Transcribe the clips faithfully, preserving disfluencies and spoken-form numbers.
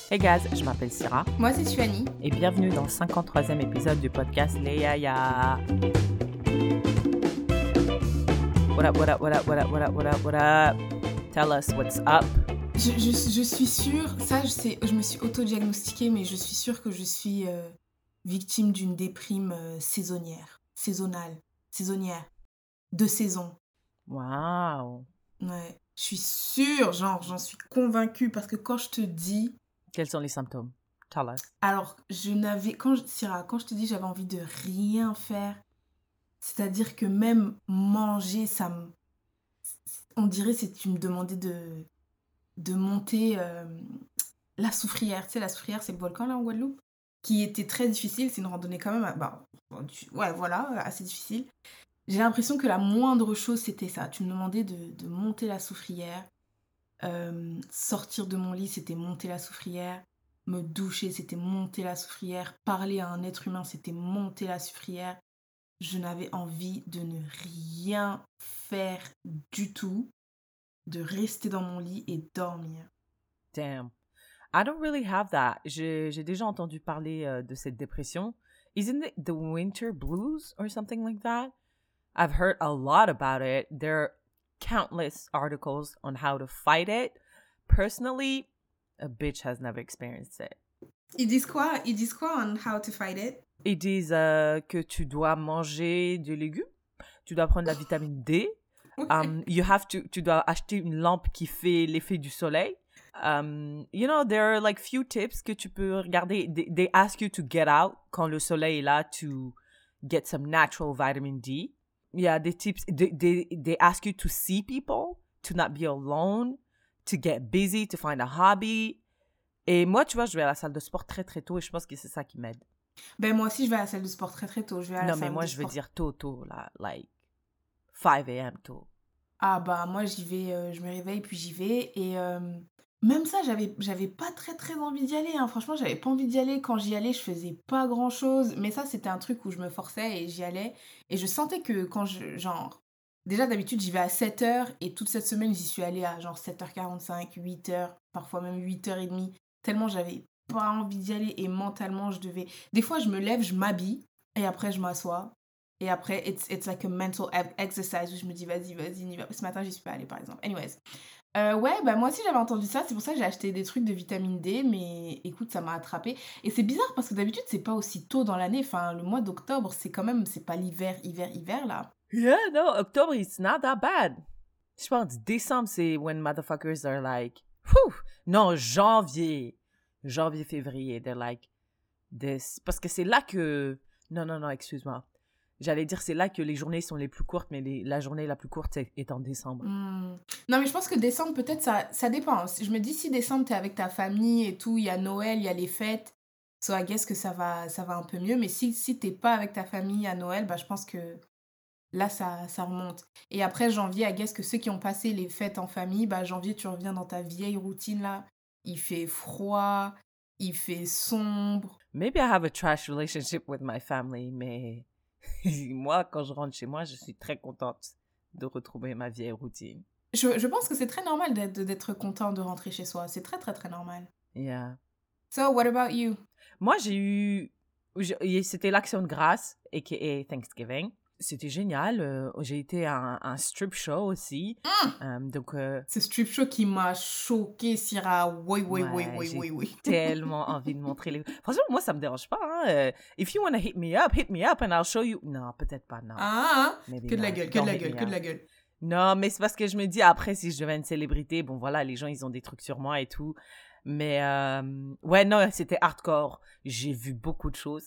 Hey guys, je m'appelle Syrah. Moi, c'est Tuani. Et bienvenue dans le cinquante-troisième épisode du podcast Les Yaya. What up, what up, what up, what up, what up, what up, what up? Tell us what's up. Je, je, je suis sûre, ça je sais, je me suis auto-diagnostiquée, mais je suis sûre que je suis euh, victime d'une déprime euh, saisonnière, saisonnale, saisonnière, de saison. Wow. Ouais, je suis sûre, genre, j'en suis convaincue, parce que quand je te dis... Quels sont les symptômes? Tell us. Alors, je n'avais... Quand je, Syrah, quand je te dis j'avais envie de rien faire, c'est-à-dire que même manger, ça me... On dirait que tu me demandais de... de monter euh, la Soufrière. Tu sais, la Soufrière, c'est le volcan, là, en Guadeloupe, qui était très difficile. C'est une randonnée quand même, bah, ouais, voilà, assez difficile. J'ai l'impression que la moindre chose, c'était ça. Tu me demandais de, de monter la Soufrière. Euh, sortir de mon lit, c'était monter la Soufrière. Me doucher, c'était monter la Soufrière. Parler à un être humain, c'était monter la Soufrière. Je n'avais envie de ne rien faire du tout, de rester dans mon lit et dormir. Damn. I don't really have that. J'ai, j'ai déjà entendu parler euh, de cette dépression. Isn't it the winter blues or something like that? I've heard a lot about it. There are countless articles on how to fight it. Personally, a bitch has never experienced it. Ils disent quoi? Ils disent quoi on how to fight it? Ils disent euh, que tu dois manger des légumes, tu dois prendre la vitamine D, um, you have to, tu dois acheter une lampe qui fait l'effet du soleil. Um, you know, there are like few tips que tu peux regarder. They, they ask you to get out quand le soleil est là to get some natural vitamin D. Il y a des tips. They, they, they ask you to see people, to not be alone, to get busy, to find a hobby. Et moi, tu vois, je vais à la salle de sport très très tôt et je pense que c'est ça qui m'aide. Ben moi aussi, je vais à la salle de sport très très tôt. Je vais à la non, salle mais moi, de je sport. veux dire tôt, tôt, là, like five a.m. tôt. Ah bah moi, j'y vais, euh, je me réveille puis j'y vais. Et euh, même ça, j'avais, j'avais pas très très envie d'y aller. Hein. Franchement, j'avais pas envie d'y aller. Quand j'y allais, je faisais pas grand chose. Mais ça, c'était un truc où je me forçais et j'y allais. Et je sentais que quand je, genre... Déjà, d'habitude, j'y vais à sept heures. Et toute cette semaine, j'y suis allée à genre sept heures quarante-cinq, huit heures, parfois même huit heures trente. Tellement j'avais pas envie d'y aller et mentalement, je devais... Des fois, je me lève, je m'habille et après, je m'assois. Et après, it's, it's like a mental exercise où je me dis, vas-y, vas-y, n'y va. Ce matin, j'y suis pas allée, par exemple. Anyways. Euh, ouais, bah moi aussi, j'avais entendu ça. C'est pour ça que j'ai acheté des trucs de vitamine D. Mais écoute, ça m'a attrapée. Et c'est bizarre parce que d'habitude, c'est pas aussi tôt dans l'année. Enfin, le mois d'octobre, c'est quand même... C'est pas l'hiver, hiver, hiver, là. Yeah, no, octobre, it's not that bad. Je pense décembre, c'est when motherfuckers are like, whew. Non, janvier. Janvier, février, they're like this. Parce que c'est là que... Non, non, non, excuse-moi. J'allais dire, c'est là que les journées sont les plus courtes, mais les... la journée la plus courte est, est en décembre. Mm. Non, mais je pense que décembre, peut-être, ça, ça dépend. Je me dis, si décembre, t'es avec ta famille et tout, il y a Noël, il y a les fêtes, so I guess que ça va, ça va un peu mieux. Mais si, si t'es pas avec ta famille à Noël, bah, je pense que là, ça, ça remonte. Et après, janvier, I guess que ceux qui ont passé les fêtes en famille, bah, janvier, tu reviens dans ta vieille routine, là. Il fait froid, il fait sombre. Maybe I have a trash relationship with my family, mais... moi, quand je rentre chez moi, je suis très contente de retrouver ma vieille routine. Je, je pense que c'est très normal d'être, d'être content de rentrer chez soi. C'est très, très, très normal. Yeah. So, what about you? Moi, j'ai eu... C'était l'Action de grâce, a k a. Thanksgiving. C'était génial. Euh, j'ai été à un, un strip show aussi. Mm. Um, donc... Euh... C'est strip show qui m'a choquée, Syrah. Oui, oui, ouais, oui, oui, j'ai oui, oui. tellement envie de montrer les... Franchement, moi, ça me dérange pas. Hein. If you want to hit me up, hit me up and I'll show you... Non, peut-être pas, non. Ah, Maybe que de la not. gueule, que de Don't la hit gueule, me que de up. la gueule. Non, mais c'est parce que je me dis, après, si je deviens une célébrité, bon, voilà, les gens, ils ont des trucs sur moi et tout. Mais, euh... ouais, non, c'était hardcore. J'ai vu beaucoup de choses.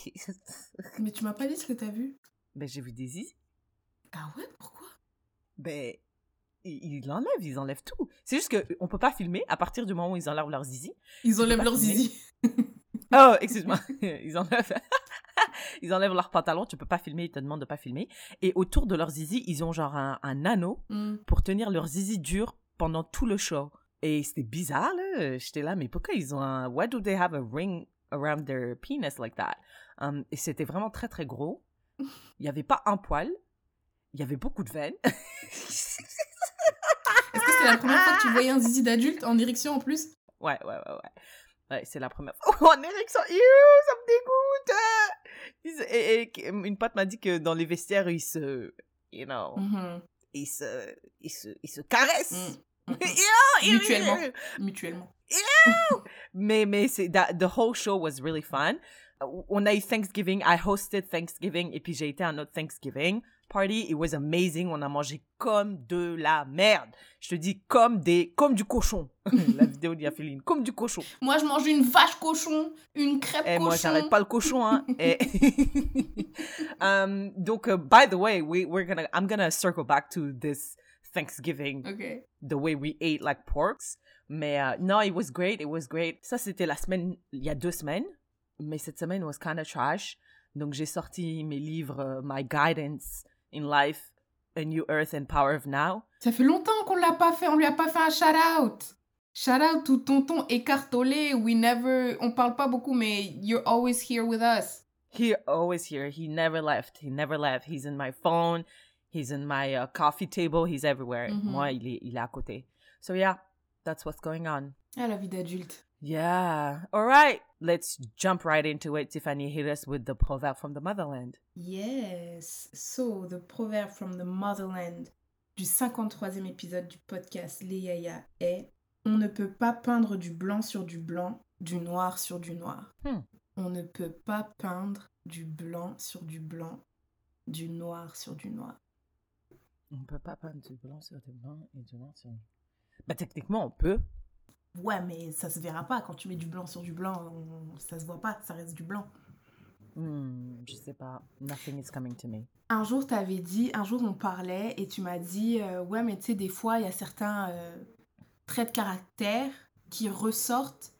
Mais tu m'as pas dit ce que t'as vu? Ben, j'ai vu des zizi. Ah ouais, pourquoi? Ben, ils ils l'enlèvent, ils enlèvent tout. C'est juste qu'on peut pas filmer à partir du moment où ils enlèvent leur zizi. Ils enlèvent leur zizi. Oh, excuse-moi. Ils enlèvent... ils enlèvent leur pantalon, tu peux pas filmer, ils te demandent de pas filmer. Et autour de leur zizi, ils ont genre un, un anneau Mm. pour tenir leur zizi dur pendant tout le show. Et c'était bizarre, là. J'étais là, mais pourquoi ils ont un... Why do they have a ring around their penis like that? Um, et c'était vraiment très, très gros. Il y avait pas un poil. Il y avait beaucoup de veines. Est-ce que c'était la première fois que tu voyais un zizi d'adulte en érection en plus? Ouais, ouais, ouais, ouais. Ouais, c'est la première fois. Oh, en érection, Ew, ça me dégoûte. Et, et- et une pote m'a dit que dans les vestiaires, ils se, you know, Mhm. ils se, ils se, ils se caressent. Mm, mm, mm. Ew, ew, Mutuellement. ew, ew. Mutuellement. Mais, mais c'est, that, the whole show was really fun. Uh, On a eu Thanksgiving, I hosted Thanksgiving, et puis j'ai été à notre Thanksgiving party. It was amazing. On a mangé comme de la merde. Je te dis, comme des, comme du cochon. La vidéo d'Yaphéline, comme du cochon. Moi, je mange une vache cochon, une crêpe Et cochon. moi, j'arrête pas le cochon, hein. Et um, donc, uh, by the way, we, we're gonna, I'm gonna circle back to this Thanksgiving, Ok. the way we ate like porks. Mais uh, no, it was great, it was great. Ça, c'était la semaine, il y a deux semaines. Mais cette semaine was kind of trash. Donc, j'ai sorti mes livres, uh, My Guidance in Life, A New Earth and Power of Now. Ça fait longtemps qu'on l'a pas fait, on lui a pas fait un shout-out. Shout-out to tonton écartolé, we never, on parle pas beaucoup, mais you're always here with us. He always here. He never left. He never left. He's in my phone. He's in my uh, coffee table. He's everywhere. Mhm. Moi, il est, il est à côté. So yeah, that's what's going on. Ah, la vie d'adulte. Yeah. All right. Let's jump right into it. Tiffany, hit us with the proverb from the motherland. Yes. So, the proverb from the motherland du cinquante-troisième épisode du podcast Les Yaya est « On ne peut pas peindre du blanc sur du blanc, du noir sur du noir. Hmm. On ne peut pas peindre du blanc sur du blanc, du noir sur du noir. On ne peut pas peindre du blanc sur du blanc et du noir sur... Bah, techniquement, on peut. » Ouais, mais ça se verra pas. Quand tu mets du blanc sur du blanc, on... ça se voit pas, ça reste du blanc. Hmm, je sais pas. Nothing is coming to me. Un jour, t'avais dit, un jour on parlait et tu m'as dit, euh, ouais, mais tu sais, des fois, il y a certains euh, traits de caractère qui ressortent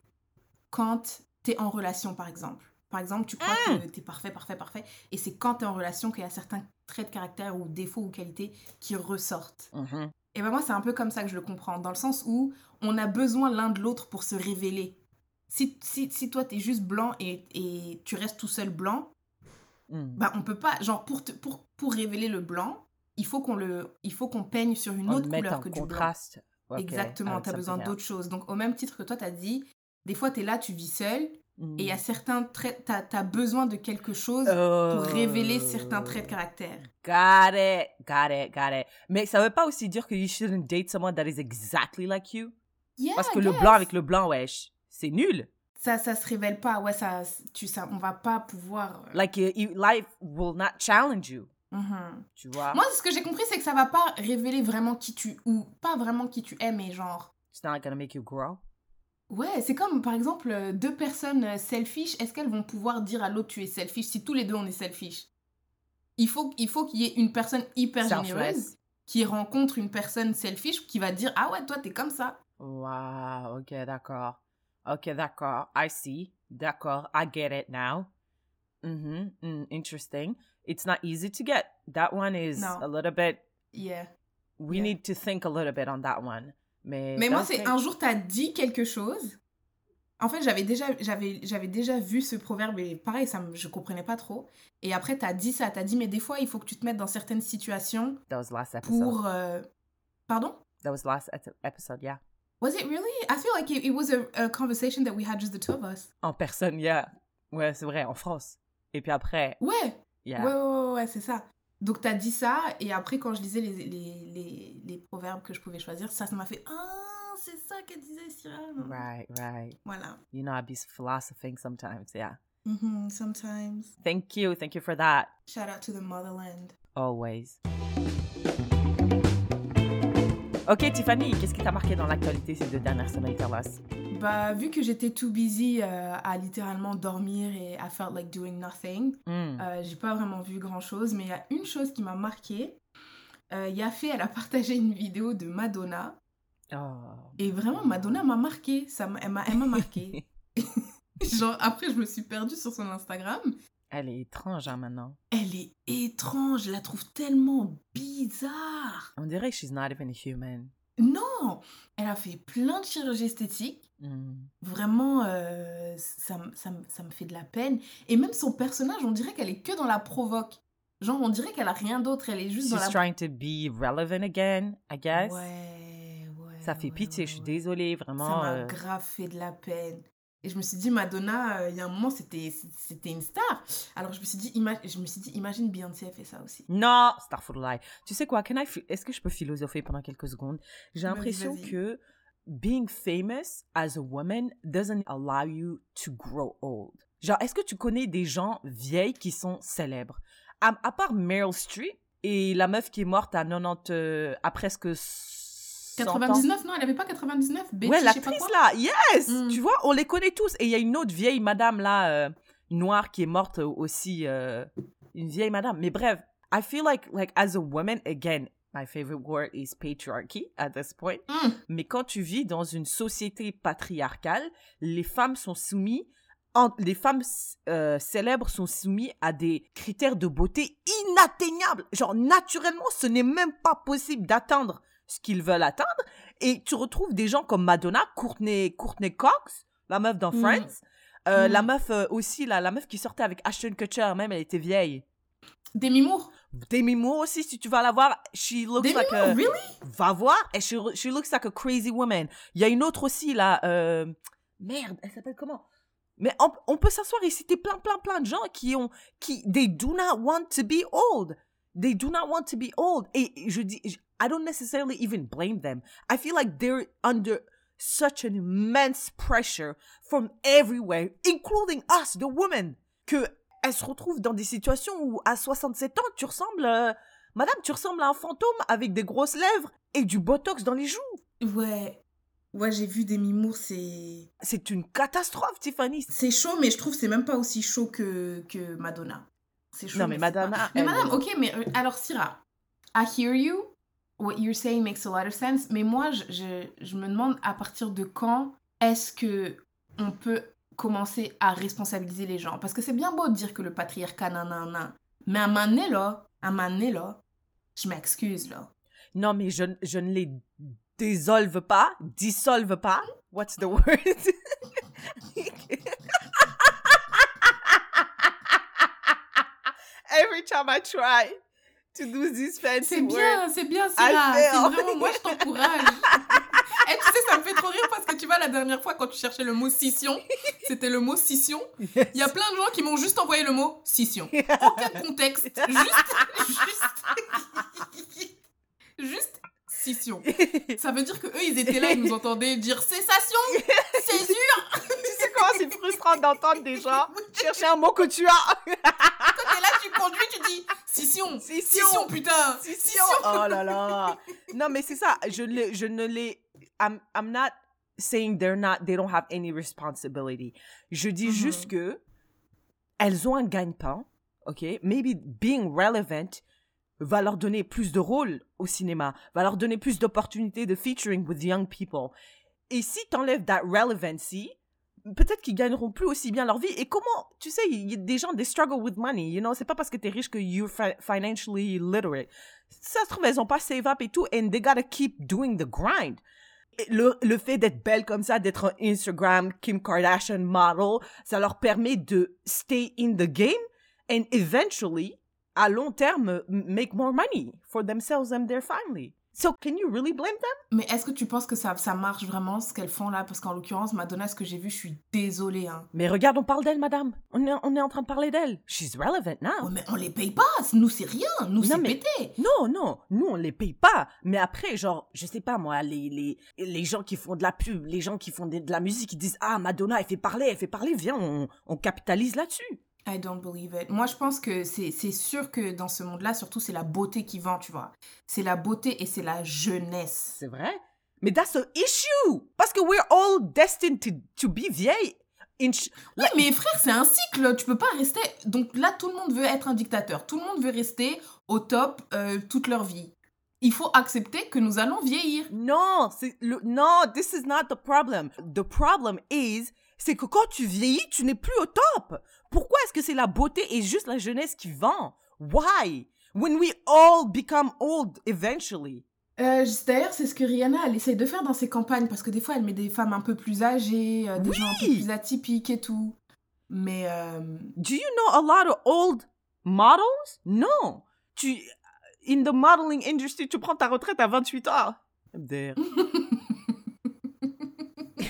quand t'es en relation, par exemple. Par exemple, tu crois Mm. que t'es parfait, parfait, parfait, et c'est quand t'es en relation qu'il y a certains traits de caractère ou défauts ou qualités qui ressortent. Mhm. Et ben moi, c'est un peu comme ça que je le comprends, dans le sens où on a besoin l'un de l'autre pour se révéler. Si, si, si toi, t'es juste blanc et, et tu restes tout seul blanc, Mm. bah on peut pas, genre pour, te, pour, pour révéler le blanc, il faut qu'on le, il faut qu'on peigne sur une On autre le met couleur en que du blanc. contraste. Ok, Exactement, avec t'as besoin something d'autre chose. Donc au même titre que toi, t'as dit, des fois t'es là, tu vis seul, else. Mm. et il y a certains traits, t'as, t'as besoin de quelque chose Oh. pour révéler certains traits de caractère. Got it, got it, got it. Mais ça veut pas aussi dire que you shouldn't date someone that is exactly like you? Yeah, Parce que I le guess. blanc avec le blanc, wesh, c'est nul. Ça, ça se révèle pas, ouais, ça, tu, ça, on va pas pouvoir... euh, Like, uh, you- life will not challenge you, mhm. tu vois? Moi, ce que j'ai compris, c'est que ça va pas révéler vraiment qui tu... Ou pas vraiment qui tu es, mais genre... It's not gonna make you grow. Ouais, c'est comme, par exemple, euh, deux personnes euh, selfish, est-ce qu'elles vont pouvoir dire à l'autre tu es selfish si tous les deux on est selfish? Il faut, il faut qu'il y ait une personne hyper généreuse Selfless. qui rencontre une personne selfish qui va dire « Ah ouais, toi, t'es comme ça. Wow, ok, d'accord. Ok, d'accord, I see. D'accord, I get it now. Mm-hmm, mm, interesting. It's not easy to get. That one is No. a little bit... » Yeah. We Yeah. need to think a little bit on that one. Mais, Mais that moi, was c'est great. un jour, t'as dit quelque chose. En fait, j'avais déjà, j'avais, j'avais déjà vu ce proverbe et pareil, ça me, je comprenais pas trop. Et après, t'as dit ça, t'as dit, mais des fois, il faut que tu te mettes dans certaines situations That was last episode. pour... euh, Pardon? That was last et- episode, yeah. Was it really? I feel like it, it was a, a conversation that we had just the two of us. En personne, yeah. Ouais, c'est vrai, en France. Et puis après, Ouais, yeah. ouais, ouais, ouais, ouais, c'est ça. Donc, t'as dit ça, et après, quand je lisais les, les, les, les proverbes que je pouvais choisir, ça, ça m'a fait « Ah, c'est ça qu'elle disait, Cyril. » Right, right. Voilà. You know, I be philosophizing sometimes, yeah. Mhm, sometimes. Thank you, thank you for that. Shout out to the motherland. Always. Ok, Tiffany, qu'est-ce qui t'a marqué dans l'actualité ces deux dernières semaines, Carlos? Bah, vu que j'étais too busy euh, à littéralement dormir et I felt like doing nothing, Mm. euh, j'ai pas vraiment vu grand-chose, mais il y a une chose qui m'a marquée. Euh, Yafé, elle a partagé une vidéo de Madonna, Oh. et vraiment, Madonna m'a marquée, ça m'a- elle m'a elle m'a marquée. Genre, après, je me suis perdue sur son Instagram. Elle est étrange, hein, maintenant. Elle est étrange, je la trouve tellement bizarre. On dirait que she's not even human. Non, elle a fait plein de chirurgie esthétique. Mm. Vraiment, euh, ça, m- ça, m- ça me fait de la peine. Et même son personnage, on dirait qu'elle est que dans la provoque. Genre, on dirait qu'elle a rien d'autre, elle est juste dans She's la... trying to be relevant again, I guess. Ouais, ouais. Ça fait ouais, pitié, ouais, je suis ouais. désolée, Ça vraiment. m'a euh, grave fait de la peine. Et je me suis dit, Madonna, euh, il y a un moment, c'était, c'était une star. Alors, je me suis dit, ima- je me suis dit imagine Beyoncé a fait ça aussi. Non, starfullah. Tu sais quoi, can I fi- est-ce que je peux philosopher pendant quelques secondes? J'ai Vas-y, l'impression vas-y. que being famous as a woman doesn't allow you to grow old. Genre, est-ce que tu connais des gens vieilles qui sont célèbres? À, à part Meryl Streep et la meuf qui est morte à quatre-vingt-dix, euh, à presque cent ans. quatre-vingt-dix-neuf, non, elle avait pas quatre-vingt-dix-neuf. Betty, Ouais, je sais pas l'actrice quoi. là, yes! Mm. Tu vois, on les connaît tous. Et il y a une autre vieille madame là, euh, noire, qui est morte aussi. euh, une vieille madame. Mais bref, I feel like, like as a woman, again, my favorite word is patriarchy at this point. Mm. Mais quand tu vis dans une société patriarcale, les femmes sont soumises, en- les femmes euh, célèbres sont soumises à des critères de beauté inatteignables. Genre, naturellement, ce n'est même pas possible d'atteindre ce qu'ils veulent atteindre. Et tu retrouves des gens comme Madonna, Courtney, Courtney Cox, la meuf dans Mm. Friends. Euh, Mm. La meuf euh, aussi, là, la meuf qui sortait avec Ashton Kutcher, même, elle était vieille. Demi Moore. Demi Moore aussi, si tu vas la voir, she looks Demi like Moore, a... really? Va voir, et she, she looks like a crazy woman. Il y a une autre aussi, là, euh... merde, elle s'appelle comment? Mais on, on peut s'asseoir et citer plein, plein, plein de gens qui ont... qui they do not want to be old. They do not want to be old. Et je dis... I don't necessarily even blame them. I feel like they're under such an immense pressure from everywhere, including us, the women, que elles se retrouvent dans des situations où à soixante-sept ans, tu ressembles... euh, Madame, tu ressembles à un fantôme avec des grosses lèvres et du botox dans les joues. Ouais. Ouais, j'ai vu Demi Moore, c'est... C'est une catastrophe, Tiffany. C'est chaud, mais je trouve que c'est même pas aussi chaud que, que Madonna. C'est chaud, Non, mais c'est Madonna, pas- Mais elle- madame, ok, mais euh, alors Syrah, I hear you, what you're saying makes a lot of sense, mais moi, je, je, je me demande à partir de quand est-ce que on peut commencer à responsabiliser les gens? Parce que c'est bien beau de dire que le patriarcat, nan, nan, nan, mais à un moment donné, là, à un moment donné, là, je m'excuse, là. Non, mais je, je ne les désolve pas, dissolve pas. What's the word? Every time I try to do this fancy C'est word. bien, c'est bien, I Syrah. fail. C'est vraiment, moi, je t'encourage. Et tu sais, ça me fait trop rire parce que tu vois, la dernière fois, quand tu cherchais le mot scission, c'était le mot scission. Yes. Il y a plein de gens qui m'ont juste envoyé le mot scission. Aucun contexte. Juste, juste, juste scission. Ça veut dire que eux, ils étaient là, ils nous entendaient dire cessation, césure. Tu sais comment c'est frustrant d'entendre des gens chercher un mot que tu as. Quand t'es là, tu conduis, tu dis scission, Scission. scission, putain, Scission. Oh là là. Non, mais c'est ça. Je, le- je ne les... I'm, I'm not saying they're not, they don't have any responsibility. Je dis Mhm. juste que elles ont un gagne-pain, ok? Maybe being relevant va leur donner plus de rôle au cinéma, va leur donner plus d'opportunités de featuring with young people. Et si t'enlèves that relevancy, peut-être qu'ils gagneront plus aussi bien leur vie. Et comment, tu sais, il y a des gens, they struggle with money, you know, c'est pas parce que t'es riche que you're fi- financially literate. Ça se trouve, elles ont pas save up et tout, and they gotta keep doing the grind. Et Le, le fait d'être belle comme ça, d'être un Instagram Kim Kardashian model, ça leur permet de stay in the game and eventually, à long terme, m- make more money for themselves and their family. So, can you really blame them? Mais est-ce que tu penses que ça, ça marche vraiment, ce qu'elles font là? Parce qu'en l'occurrence, Madonna, ce que j'ai vu, je suis désolée, hein. Mais regarde, on parle d'elle, madame. On est, on est en train de parler d'elle. She's relevant now. Oh, mais on les paye pas, nous c'est rien, nous Non, c'est mais- pété. Non, non, nous, on les paye pas. Mais après, genre, je sais pas, moi, les, les, les gens qui font de la pub, les gens qui font de, de la musique, qui disent « Ah, Madonna, elle fait parler, elle fait parler, viens, on, on capitalise là-dessus. I don't believe it. Moi, je pense que c'est c'est sûr que dans ce monde-là, surtout, c'est la beauté qui vend, tu vois. C'est la beauté et c'est la » jeunesse. C'est vrai. Mais that's an issue. Parce que we're all destined to, to be vieilles. In ch- Oui, mais frère, c'est un cycle, tu peux pas rester... Donc là, tout le monde veut être un dictateur. Tout le monde veut rester au top euh, toute leur vie. Il faut accepter que nous allons vieillir. Non, c'est le, non, this is not the problem. The problem is, c'est que quand tu vieillis, tu n'es plus au top. Pourquoi est-ce que c'est la beauté et juste la jeunesse qui vend? Why? When we all become old eventually. Euh, D'ailleurs, c'est ce que Rihanna, elle essaie de faire dans ses campagnes, parce que des fois, elle met des femmes un peu plus âgées, euh, des Oui. gens un peu plus atypiques et tout. Mais... euh, Do you know a lot of old models? Non. Tu, in the modeling industry, tu prends ta retraite à vingt-huit ans. I'm there.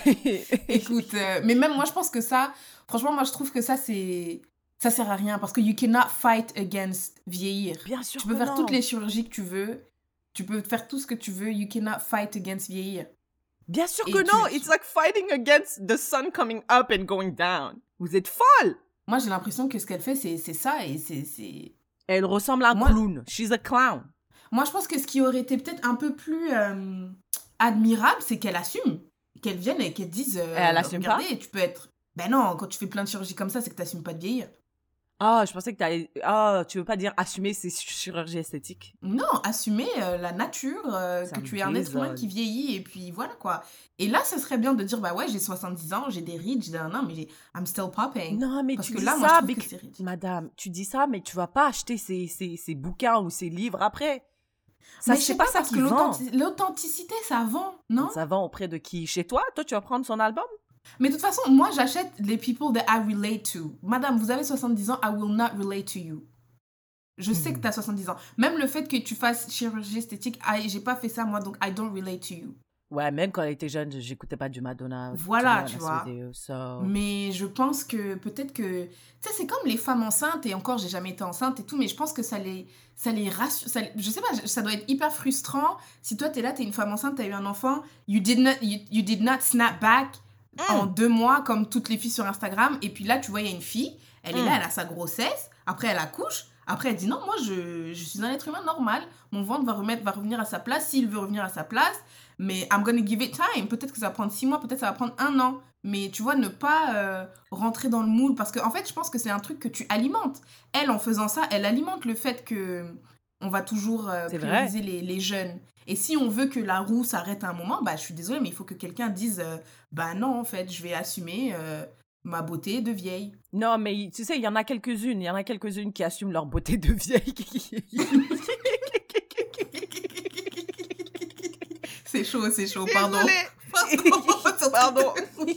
Écoute, euh, mais même moi, je pense que ça, franchement, moi, je trouve que ça, c'est... Ça sert à rien parce que you cannot fight against vieillir. Bien sûr Tu peux que faire non. toutes les chirurgies que tu veux. Tu peux faire tout ce que tu veux. You cannot fight against vieillir. Bien sûr Et que tu- non. It's like fighting against the sun coming up and going down. Vous êtes folle. Moi, j'ai l'impression que ce qu'elle fait, c'est c'est ça. Et c'est... c'est- Elle ressemble à un Moi- clown. She's a clown. Moi, je pense que ce qui aurait été peut-être un peu plus euh, admirable, c'est qu'elle assume. Qu'elle vienne et qu'elle dise... euh, Elle assume pas? regardez, tu peux être... Ben non, quand tu fais plein de chirurgies comme ça, c'est que tu n'assumes pas de vieillir. Ah, je pensais que t'allais... Ah, tu veux pas dire assumer ses chirurgies esthétiques. Non, assumer euh, la nature, euh, Ça que me tu es un être humain désole. qui vieillit, et puis voilà quoi. Et là, ça serait bien de dire, bah ouais, j'ai soixante-dix ans, j'ai des rides, j'ai un an, mais j'ai... I'm still popping. Non, mais Parce tu que dis là, moi, ça, je trouve mais que que- c'est ridicule. Madame, tu dis ça, mais tu vas pas acheter ces, ces, ces bouquins ou ces livres après. Ça, Mais je c'est sais pas pas, ça parce qui que vend. l'authenti- l'authenticité, ça vend, non? Ça vend auprès de qui? Chez toi? Toi, tu vas prendre son album? Mais de toute façon, moi, j'achète les people that I relate to. Madame, vous avez soixante-dix ans, I will not relate to you. Je sais que tu as soixante-dix ans. Même le fait que tu fasses chirurgie esthétique, I- j'ai pas fait ça moi, donc I don't relate to you. Ouais, même quand elle était jeune, j'écoutais pas du Madonna. Voilà, to be tu honest vois. with you, so- Mais je pense que peut-être que... Tu sais, c'est comme les femmes enceintes, et encore, j'ai jamais été enceinte et tout, mais je pense que ça les, ça les rassure... Ça, les- je sais pas, ça doit être hyper frustrant. Si toi, t'es là, t'es une femme enceinte, t'as eu un enfant, you did not, you, you did not snap back Mm. en deux mois, comme toutes les filles sur Instagram, et puis là, tu vois, il y a une fille, elle est Mm. là, elle a sa grossesse, après elle accouche, après elle dit non, moi, je, je suis un être humain normal, mon ventre va, remettre, va revenir à sa place, s'il veut revenir à sa place, mais I'm gonna give it time. Peut-être que ça va prendre six mois, peut-être que ça va prendre un an. Mais tu vois, ne pas euh, rentrer dans le moule. Parce qu'en en fait, je pense que c'est un truc que tu alimentes. Elle, en faisant ça, elle alimente le fait que on va toujours euh, C'est prioriser les, les jeunes. Et si on veut que la roue s'arrête à un moment, bah, je suis désolée, mais il faut que quelqu'un dise euh, bah non, en fait, je vais assumer euh, ma beauté de vieille. Non, mais tu sais, il y en a quelques-unes. Il y en a quelques-unes qui assument leur beauté de vieille. C'est chaud, c'est chaud, pardon. Désolée. Pardon.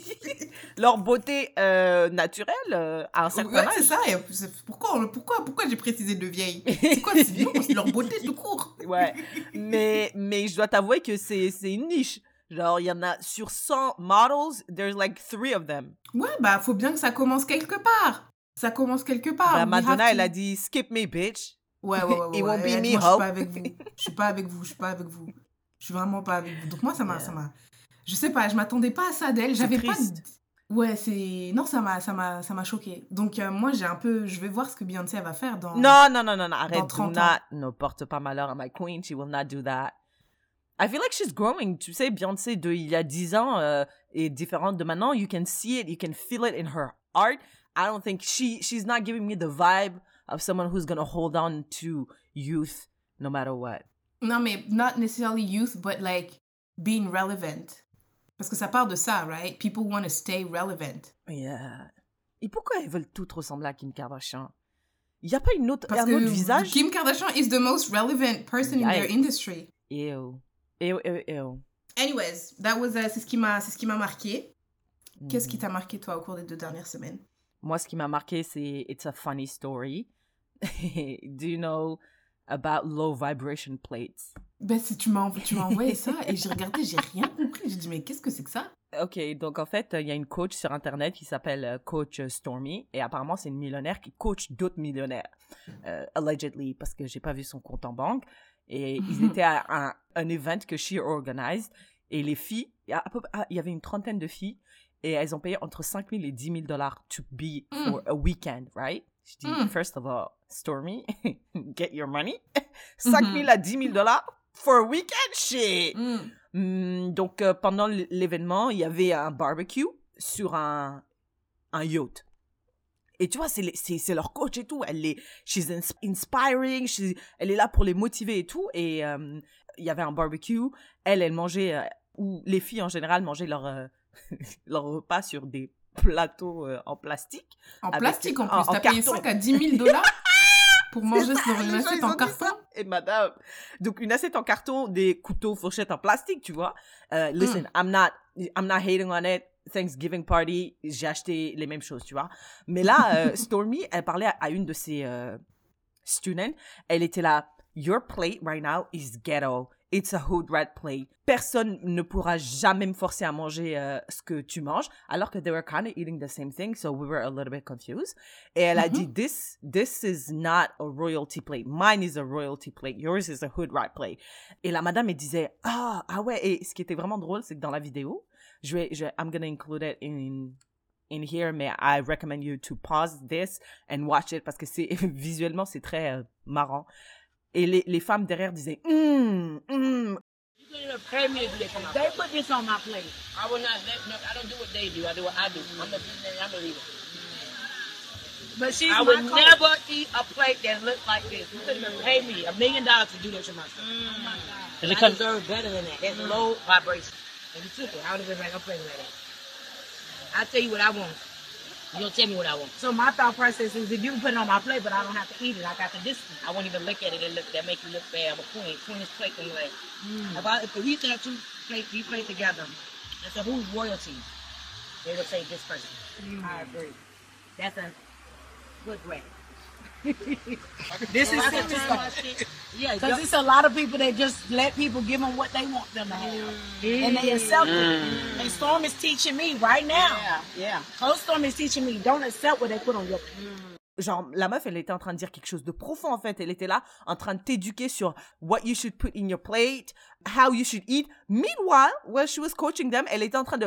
Leur beauté euh, naturelle euh, à un certain Ouais, c'est âge. ça. Et c'est- pourquoi, pourquoi, pourquoi j'ai précisé de vieille? C'est quoi? C'est non, c'est leur beauté tout court. Ouais. Mais, mais je dois t'avouer que c'est, c'est une niche. Genre, il y en a sur cent models, there's like three of them. Ouais, bah, faut bien que ça commence quelque part. Ça commence quelque part. Bah, We Madonna, have elle to- a dit skip me, bitch. Ouais, ouais, ouais. ouais, It won't ouais. be Elle a dit, me, moi, je suis ho. pas avec vous. Je suis pas avec vous. Je suis pas avec vous. Je suis vraiment pas avec vous. Donc, moi, ça m'a. Yeah. Ça m'a... Je sais pas, je m'attendais pas à ça d'elle. C'est J'avais pas. triste. Ouais, c'est. Non, ça m'a, ça m'a, ça m'a choquée. Donc, euh, moi, j'ai un peu. Je vais voir ce que Beyoncé elle va faire dans. Non, non, non, non, non, arrête. Do trente not, ne porte pas malheur à my queen. She will not do that. I feel like she's growing. Tu sais, Beyoncé, de il y a dix ans, euh, est différente de maintenant. You can see it. You can feel it in her art. I don't think she, she's not giving me the vibe of someone who's going to hold on to youth no matter what. Non, mais not necessarily youth, but like being relevant. Parce que ça part de ça, right? People want to stay relevant. Yeah. Et pourquoi elles veulent toutes ressembler à Kim Kardashian? Il n'y a pas une autre, Parce un que autre visage? Kim Kardashian is the most relevant person in their Yikes. industry. Ew. Ew, ew, ew. Anyways, that was, uh, c'est ce qui m'a, c'est ce qui m'a marqué. Qu'est-ce Mm. qui t'a marqué, toi, au cours des deux dernières semaines? Moi, ce qui m'a marqué, c'est It's a funny story. Do you know about low vibration plates? Ben, c'est, tu, m'as, env- tu m'as envoyé ça et j'ai regardé, j'ai rien compris. J'ai dit, mais qu'est-ce que c'est que ça? Ok, donc en fait, il y a une coach sur Internet qui s'appelle euh, Coach Stormy. Et apparemment, c'est une millionnaire qui coach d'autres millionnaires. Euh, allegedly, parce que j'ai pas vu son compte en banque. Et ils étaient à un, un event que she organized. Et les filles, il y a à peu- ah, il y avait une trentaine de filles. Et elles ont payé entre cinq mille et dix mille dollars to be Mm. for a weekend, right? Je dis, Mm. first of all, Stormy, get your money. cinq mille à dix mille dollars for a weekend, shit! Mm. Hmm, donc, euh, pendant l- l'événement, il y avait un barbecue sur un, un yacht. Et tu vois, c'est, les- c'est, c'est leur coach et tout. Elle est, she's ins- inspiring, she's- elle est là pour les motiver et tout. Et euh, il y avait un barbecue. Elle, elle mangeait, euh, ou les filles en général mangeaient leur, euh, leur repas sur des plateaux euh, en plastique. En Avec- plastique, en plus. en- en T'as payé carton. cinq à dix mille dollars pour manger sur Les une gens, assiette ils en ont dit carton? ça. Et madame, donc une assiette en carton, des couteaux, fourchettes en plastique, tu vois. Euh, listen, I'm not, I'm not hating on it. Thanksgiving party, j'ai acheté les mêmes choses, tu vois. Mais là, euh, Stormy, elle parlait à, à une de ses euh, students. Elle était là, your plate right now is ghetto. it's a hood rat plate. Personne ne pourra jamais me forcer à manger euh, ce que tu manges, alors que they were kind of eating the same thing, so we were a little bit confused. Et elle a Mhm. dit, this, this is not a royalty plate. Mine is a royalty plate. Yours is a hood rat plate. Et la madame, elle disait, ah, ah ouais. Et ce qui était vraiment drôle, c'est que dans la vidéo, je vais, je, I'm gonna include it in, in here, mais I recommend you to pause this and watch it, parce que c'est, visuellement, c'est très euh, marrant. Et les, les femmes derrière disaient, hum, hum. You couldn't even pay me to do that. 'Cause they put this on my plate. I will not. Let, no, I don't do what they do. I do what I do. I'm a I'm a leader. But she's I my would coach. never eat a plate that looked like this. You couldn't even pay me a million dollars to do that to myself. Oh my God. Cause I deserve better than that. That's low vibration. And you took it. I would have been like, I'm playing like that. I tell you what I want. You don't tell me what I want. So my thought process is, if you put it on my plate, but I don't have to eat it, I got the discipline. I won't even look at it and look. That make you look bad. I'm a queen. Queen's plate them like. Mm. If, I, if we used to have two plates, we play together. I said, who's royalty? They would say this person. Mm. I agree. That's a good way. This is I it. can tell my shit. Yeah, Because it's a lot of people that just let people give them what they want them to have. Mm. And they accept it. Mm. And Storm is teaching me right now. yeah, yeah. Coach Storm is teaching me, don't accept what they put on your plate. Genre, la meuf, elle était en train de dire quelque chose de profond, en fait. Elle était là, en train de t'éduquer sur what you should put in your plate, how you should eat. Meanwhile, while she was coaching them, elle était en train de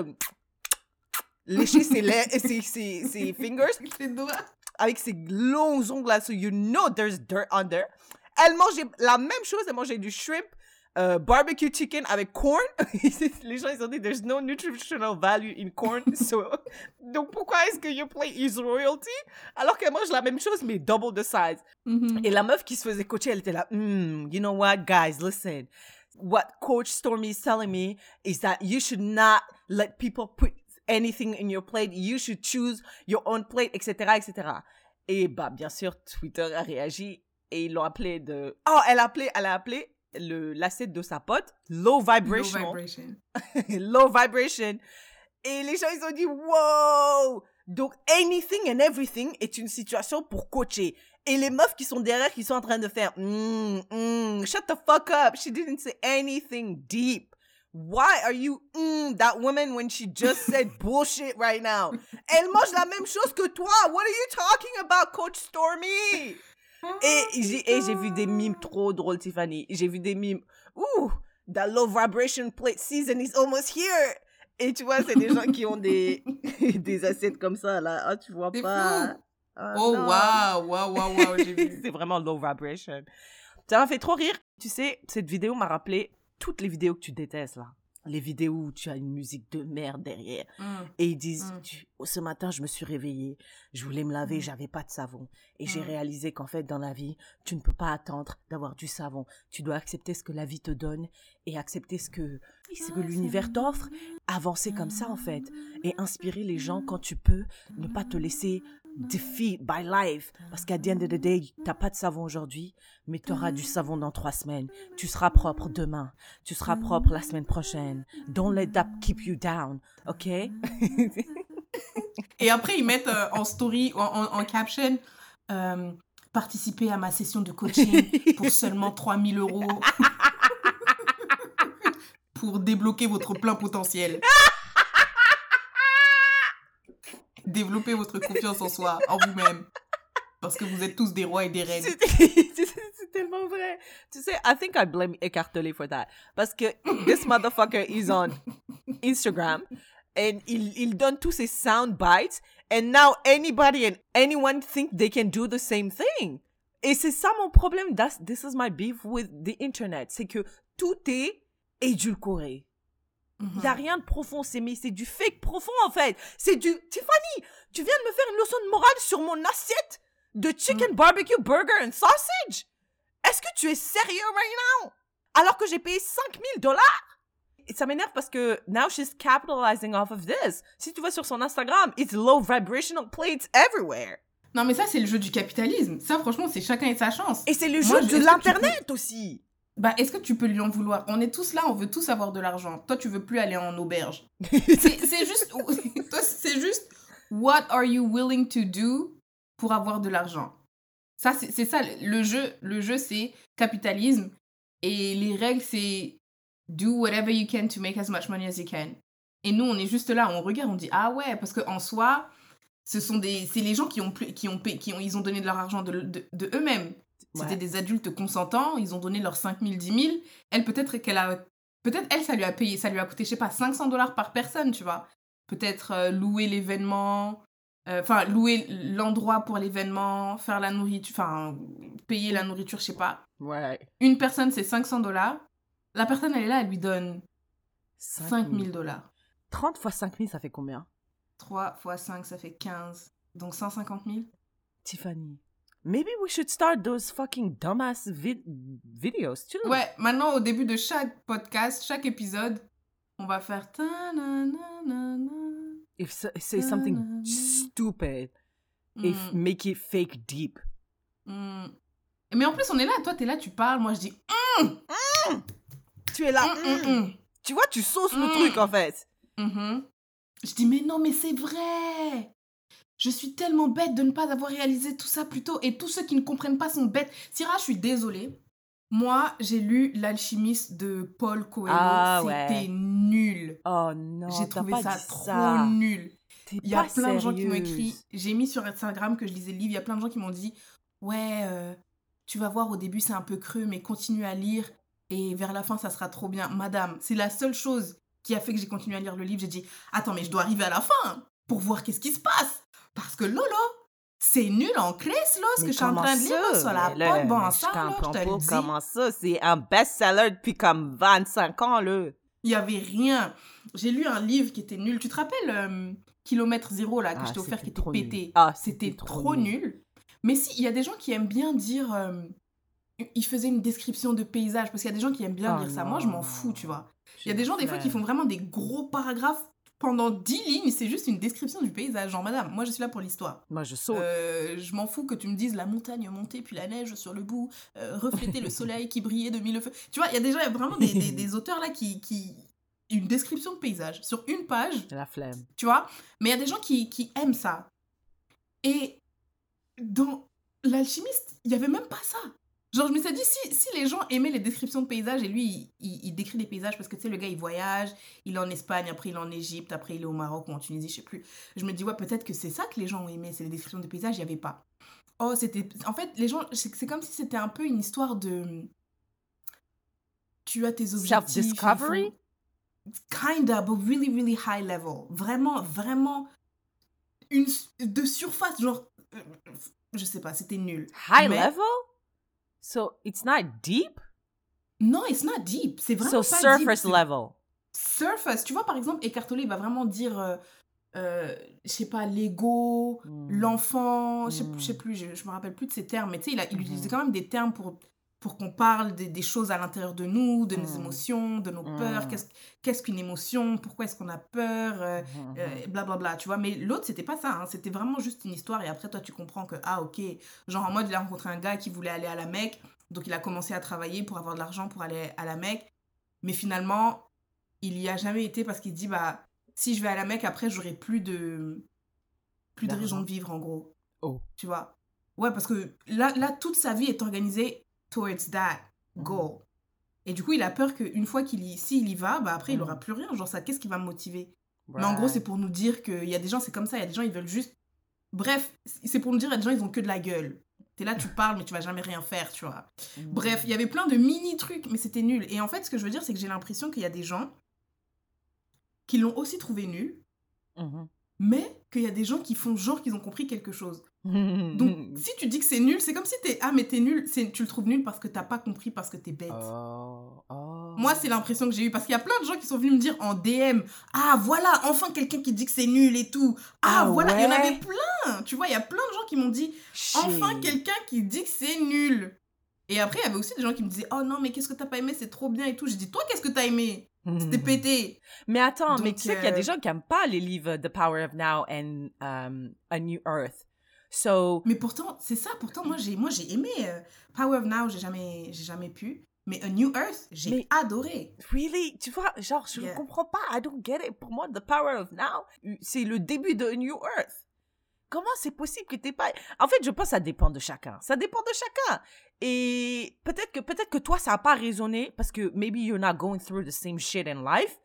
lécher ses, lait, ses, ses, ses fingers Les doigts. avec ses longs ongles là, so you know there's dirt under. Elle mangeait la même chose, elle mangeait du shrimp, euh, barbecue chicken avec corn. Les gens, ils ont dit, there's no nutritional value in corn. So, donc, pourquoi est-ce que your plate is royalty? Alors qu'elle mange la même chose, mais double the size. Mhm. Et la meuf qui se faisait coacher, elle était là, mm, you know what, guys, listen. What Coach Stormy is telling me is that you should not let people put anything in your plate. You should choose your own plate, et cetera, et cetera. Et bah, bien sûr, Twitter a réagi et ils l'ont appelé de... Oh, elle a appelé, elle a appelé le, l'assiette de sa pote low Low vibration. vibration. Low vibration. Et les gens, ils ont dit, wow! Donc, anything and everything est une situation pour coacher. Et les meufs qui sont derrière, qui sont en train de faire, mm, mm, shut the fuck up. She didn't say anything deep. Why are you mm, that woman when she just said bullshit right now? Elle mange la même chose que toi. What are you talking about, Coach Stormy? Et j'ai, et j'ai vu des mimes trop drôles, Tiffany. J'ai vu des mimes. Ouh, that low vibration plate season is almost here. Et tu vois, c'est des gens qui ont des, des assiettes comme ça, là. Ah, tu vois C'est pas. fou. Ah, Oh, non. waouh, waouh, waouh, waouh, j'ai vu. C'est vraiment low vibration. Ça m'a fait trop rire. Tu sais, cette vidéo m'a rappelé toutes les vidéos que tu détestes, là. Les vidéos où tu as une musique de merde derrière. Mm. Et ils disent, Mm. tu- oh, ce matin, je me suis réveillée, je voulais me laver, Mm. j'avais pas de savon. Et j'ai Mm. réalisé qu'en fait, dans la vie, tu ne peux pas attendre d'avoir du savon. Tu dois accepter ce que la vie te donne et accepter ce que, ce que l'univers t'offre. Avancer comme ça, en fait. Et inspirer les gens quand tu peux. Ne pas te laisser defeat by life. Parce qu'à the end of the day, t'as pas de savon aujourd'hui, mais tu auras du savon dans trois semaines. Tu seras propre demain. Tu seras propre la semaine prochaine. Don't let that keep you down, ok? Et après, ils mettent euh, en story, en, en, en caption, euh, participer à ma session de coaching pour seulement trois mille euros pour débloquer votre plein potentiel. Développer votre confiance en soi, en vous-même. Parce que vous êtes tous des rois et des reines. C'est c'est- c'est tellement vrai. Tu sais, I think I blame Ecartolé for that. Parce que this motherfucker is on Instagram and il, il donne tous ses sound bites and now anybody and anyone think they can do the same thing. Et c'est ça mon problème. That's, this is my beef with the internet. C'est que tout est édulcoré. Il n'y a rien de profond, c'est, mais c'est du fake profond en fait. C'est du... Tiffany, tu viens de me faire une leçon de morale sur mon assiette de chicken barbecue burger and sausage. Est-ce que tu es sérieux right now? Alors que j'ai payé cinq mille dollars? Et ça m'énerve parce que now she's capitalizing off of this. Si tu vas sur son Instagram, it's low vibrational plates everywhere. Non, mais ça, c'est le jeu du capitalisme. Ça, franchement, c'est chacun et sa chance. Et c'est le Moi, jeu je- de est-ce que tu l'internet aussi. Bah, est-ce que tu peux lui en vouloir? On est tous là, on veut tous avoir de l'argent. Toi, tu veux plus aller en auberge. C'est c'est juste... Toi, c'est juste... What are you willing to do pour avoir de l'argent? Ça, c'est c'est ça, le jeu. Le jeu, c'est capitalisme. Et les règles, c'est do whatever you can to make as much money as you can. Et nous, on est juste là, on regarde, on dit ah ouais, parce qu'en soi, ce sont des, c'est les gens qui ont, qui ont, qui ont, ils ont donné de leur argent de, de, de eux-mêmes. C'était Ouais. des adultes consentants, ils ont donné leurs cinq mille, dix mille. Elle, peut-être qu'elle a, peut-être elle, ça lui a payé, ça lui a coûté, je sais pas, cinq cents dollars par personne, tu vois. Peut-être euh, louer l'événement, enfin, euh, louer l'endroit pour l'événement, faire la nourriture, enfin, payer la nourriture, je sais pas. Ouais. Une personne, c'est cinq cents dollars. La personne, elle est là, elle lui donne cinq mille dollars. trente fois cinq mille, ça fait combien? trois fois cinq, ça fait quinze. Donc cent cinquante mille. Tiffany, maybe we should start those fucking dumbass vid- videos too. Ouais, maintenant, au début de chaque podcast, chaque épisode, on va faire... ta-na-na-na-na. If so, say something Ta-na-na. stupid, if Mm, make it fake deep. mm. Mais en plus, on est là, toi, t'es là, tu parles, moi, je dis... Tu es là. Mm, mm, mm. Tu vois, tu sauces le Mm. truc en fait. Mhm. Je dis, mais non, mais c'est vrai. Je suis tellement bête de ne pas avoir réalisé tout ça plus tôt. Et tous ceux qui ne comprennent pas sont bêtes. Syrah, je suis désolée. Moi, j'ai lu L'Alchimiste de Paul Coelho. Ah, C'était ouais. nul. Oh non, j'ai t'as trouvé pas ça dit trop ça. nul. T'es Il y a pas plein de gens qui m'ont sérieuse. écrit. J'ai mis sur Instagram que je lisais le livre. Il y a plein de gens qui m'ont dit, ouais, euh, tu vas voir, au début, c'est un peu creux, mais continue à lire. Et vers la fin, ça sera trop bien. Madame, c'est la seule chose qui a fait que j'ai continué à lire le livre. J'ai dit, attends, mais je dois arriver à la fin pour voir qu'est-ce qui se passe. Parce que Lolo, c'est nul en classe, là, ce Mais que je suis en comment train de lire, là, ça? sur la Mais là, pote, bon, mais ça, je là, je comprends te le pas dis. comment ça. C'est un best-seller depuis comme vingt-cinq ans, là. Il y avait rien. J'ai lu un livre qui était nul. Tu te rappelles euh, Kilomètre Zéro, là, que Ah, je t'ai offert, c'était qui était trop nul. pété. Ah, C'était c'était trop trop nul. nul. Mais si, il y a des gens qui aiment bien dire... euh, il faisait une description de paysage, parce qu'il y a des gens qui aiment bien Oh lire ça. Moi, je m'en fous, tu vois. Il y a J'ai des la gens, des fois, qui font flemme. vraiment des gros paragraphes pendant dix lignes. C'est juste une description du paysage. Genre, madame, moi, je suis là pour l'histoire. Moi, je saute. Euh, je m'en fous que tu me dises la montagne montée, puis la neige sur le bout, euh, refléter le soleil qui brillait de mille feux. Tu vois, il y a déjà vraiment des, des, des auteurs là qui, qui... Une description de paysage sur une page, J'ai la flemme. tu vois. Mais il y a des gens qui, qui aiment ça. Et dans L'Alchimiste, il n'y avait même pas ça. Genre, je me suis dit, si, si les gens aimaient les descriptions de paysages, et lui, il, il, il décrit des paysages, parce que tu sais, le gars, il voyage, il est en Espagne, après il est en Égypte, après il est au Maroc ou en Tunisie, je sais plus. Je me dis, ouais, peut-être que c'est ça que les gens ont aimé, c'est les descriptions de paysages, il n'y avait pas. Oh, c'était... En fait, les gens, c'est c'est comme si c'était un peu une histoire de... Tu as tes objectifs. Self-discovery? Kinda, but really, really high level. Vraiment, vraiment... Une, de surface, genre... euh, Je sais pas, c'était nul. High Mais- level? So, it's not deep? Non, it's not deep. C'est vraiment So, pas surface deep. c'est- level. Surface. Tu vois, par exemple, Eckhart Tolle, il va vraiment dire, euh, euh, je sais pas, l'ego, Mm. l'enfant, je sais- Mm. je sais plus, je, je me rappelle plus de ces termes, mais tu sais, il, a- il Mhm. utilisait quand même des termes pour, pour qu'on parle des, des choses à l'intérieur de nous, de nos Mm. émotions, de nos peurs, Mm. qu'est-ce qu'est-ce qu'une émotion, pourquoi est-ce qu'on a peur, euh, Mhm. euh, blablabla, tu vois. Mais l'autre, c'était pas ça, hein, c'était vraiment juste une histoire, et après, toi, tu comprends que, ah, ok, genre en mode, il a rencontré un gars qui voulait aller à la Mecque, donc il a commencé à travailler pour avoir de l'argent pour aller à la Mecque, mais finalement, il y a jamais été parce qu'il dit, bah, si je vais à la Mecque, après, j'aurai plus de, plus de D'argent. raison de vivre, en gros. Oh. Tu vois. Ouais, parce que là, là, toute sa vie est organisée towards that goal. Et du coup, il a peur qu'une fois qu'il y, s'il y va, bah, après, il Mhm. aura plus rien. Genre, ça, qu'est-ce qui va me motiver? Mais en gros, c'est pour nous dire qu'il y a des gens, c'est comme ça, il y a des gens, ils veulent juste... Bref, c'est pour nous dire, il y a des gens, ils ont que de la gueule. T'es là, tu parles, mais tu vas jamais rien faire, tu vois. Mhm. Bref, il y avait plein de mini-trucs, mais c'était nul. Et en fait, ce que je veux dire, c'est que j'ai l'impression qu'il y a des gens qui l'ont aussi trouvé nul, Mhm. mais qu'il y a des gens qui font genre qu'ils ont compris quelque chose. Donc, Donc, si tu dis que c'est nul, c'est comme si t'es... Ah, mais t'es nul, c'est... tu le trouves nul parce que t'as pas compris, parce que t'es bête. oh, oh. Moi, c'est l'impression que j'ai eue, parce qu'il y a plein de gens qui sont venus me dire en D M, ah, voilà, enfin quelqu'un qui dit que c'est nul et tout. Ah, Ah voilà, il y en ouais? avait plein. Tu vois, il y a plein de gens qui m'ont dit, enfin Shit. quelqu'un qui dit que c'est nul. Et après, il y avait aussi des gens qui me disaient, oh non, mais qu'est-ce que t'as pas aimé, c'est trop bien et tout. J'ai dit, toi, qu'est-ce que t'as aimé? C'était pété. Mais attends, mais Donc, tu sais qu'il y a euh, des gens qui n'aiment pas les livres The Power of Now and um, A New Earth. So, Mais pourtant, c'est ça, pourtant, moi, j'ai, moi, j'ai aimé euh, Power of Now, j'ai jamais, j'ai jamais pu. Mais A New Earth, j'ai Mais- adoré. really, tu vois, genre, je ne Yeah. comprends pas. I don't get it. Pour moi, The Power of Now, c'est le début de A New Earth. Comment c'est possible que t'es pas... En fait, je pense que ça dépend de chacun. Ça dépend de chacun. Et peut-être que, peut-être que toi, ça n'a pas résonné parce que maybe you're not going through the same shit in life.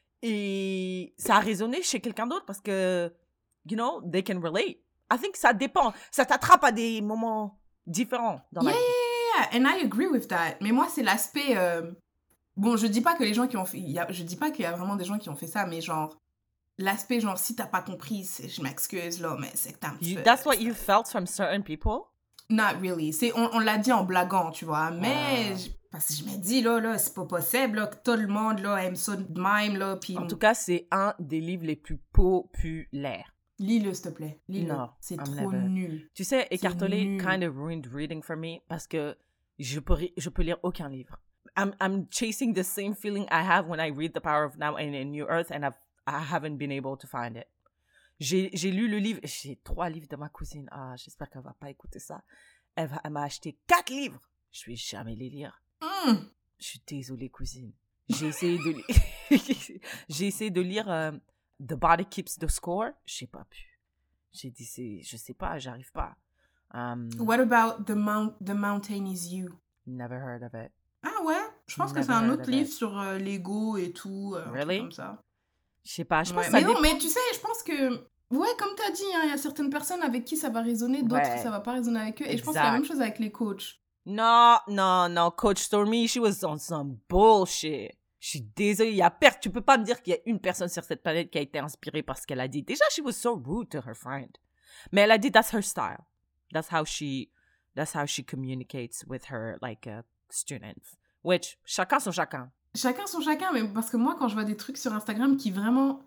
Et ça a résonné chez quelqu'un d'autre parce que, you know, they can relate. I think ça dépend. Ça t'attrape à des moments différents dans yeah, la vie. Yeah, yeah, and I agree with that. Mais moi, c'est l'aspect... Euh... Bon, je dis pas que les gens qui ont fait... Il y a... Je dis pas qu'il y a vraiment des gens qui ont fait ça, mais genre... L'aspect, genre, si t'as pas compris, c'est... je m'excuse, là, mais c'est que t'as un petit You, peu... that's what you felt from certain people? Not really. C'est, on, on l'a dit en blaguant, tu vois. Mais, Ah. je, parce que je me dis, là, là, c'est pas possible, là, que tout le monde, là, aime ça de même, là, puis... En tout cas, c'est un des livres les plus populaires. Lis-le, s'il te plaît. Lis-le. Non, c'est I'm trop never. nul. Tu sais, écarteler nul. kind of ruined reading for me parce que je peux, ri- je peux lire aucun livre. I'm, I'm chasing the same feeling I have when I read The Power of Now and A New Earth and I've, I haven't been able to find it. J'ai, j'ai lu le livre, j'ai trois livres de ma cousine. Ah, j'espère qu'elle va pas écouter ça. Elle, va, elle m'a acheté quatre livres. Je vais jamais les lire. Mm. Je suis désolée, cousine. J'ai essayé de lire, j'ai essayé de lire euh, The Body Keeps the Score. J'ai pas pu. J'ai dit, c'est, je sais pas, j'arrive pas. Um, What about the, Mount, the Mountain is You? Never heard of it. Ah ouais? Je pense que Never c'est un heard autre of livre it. sur euh, l'ego et tout. Euh, un truc Really? comme ça. Je sais pas, je pense Ouais, que ça mais non, dépend. mais tu sais, je pense que... Ouais, comme t'as dit, il hein, y a certaines personnes avec qui ça va résonner, d'autres Ouais. qui ça va pas résonner avec eux. Et je pense que c'est la Exact. même chose avec les coachs. Non, non, non, Coach Stormy, she was on some bullshit. Je suis désolée, il y a per- tu peux pas me dire qu'il y a une personne sur cette planète qui a été inspirée par ce qu'elle a dit. Déjà, she was so rude to her friend. Mais elle a dit that's her style. That's how she, that's how she communicates with her, like, uh, students. Which, chacun son chacun. Chacun son chacun, mais parce que moi, quand je vois des trucs sur Instagram qui vraiment...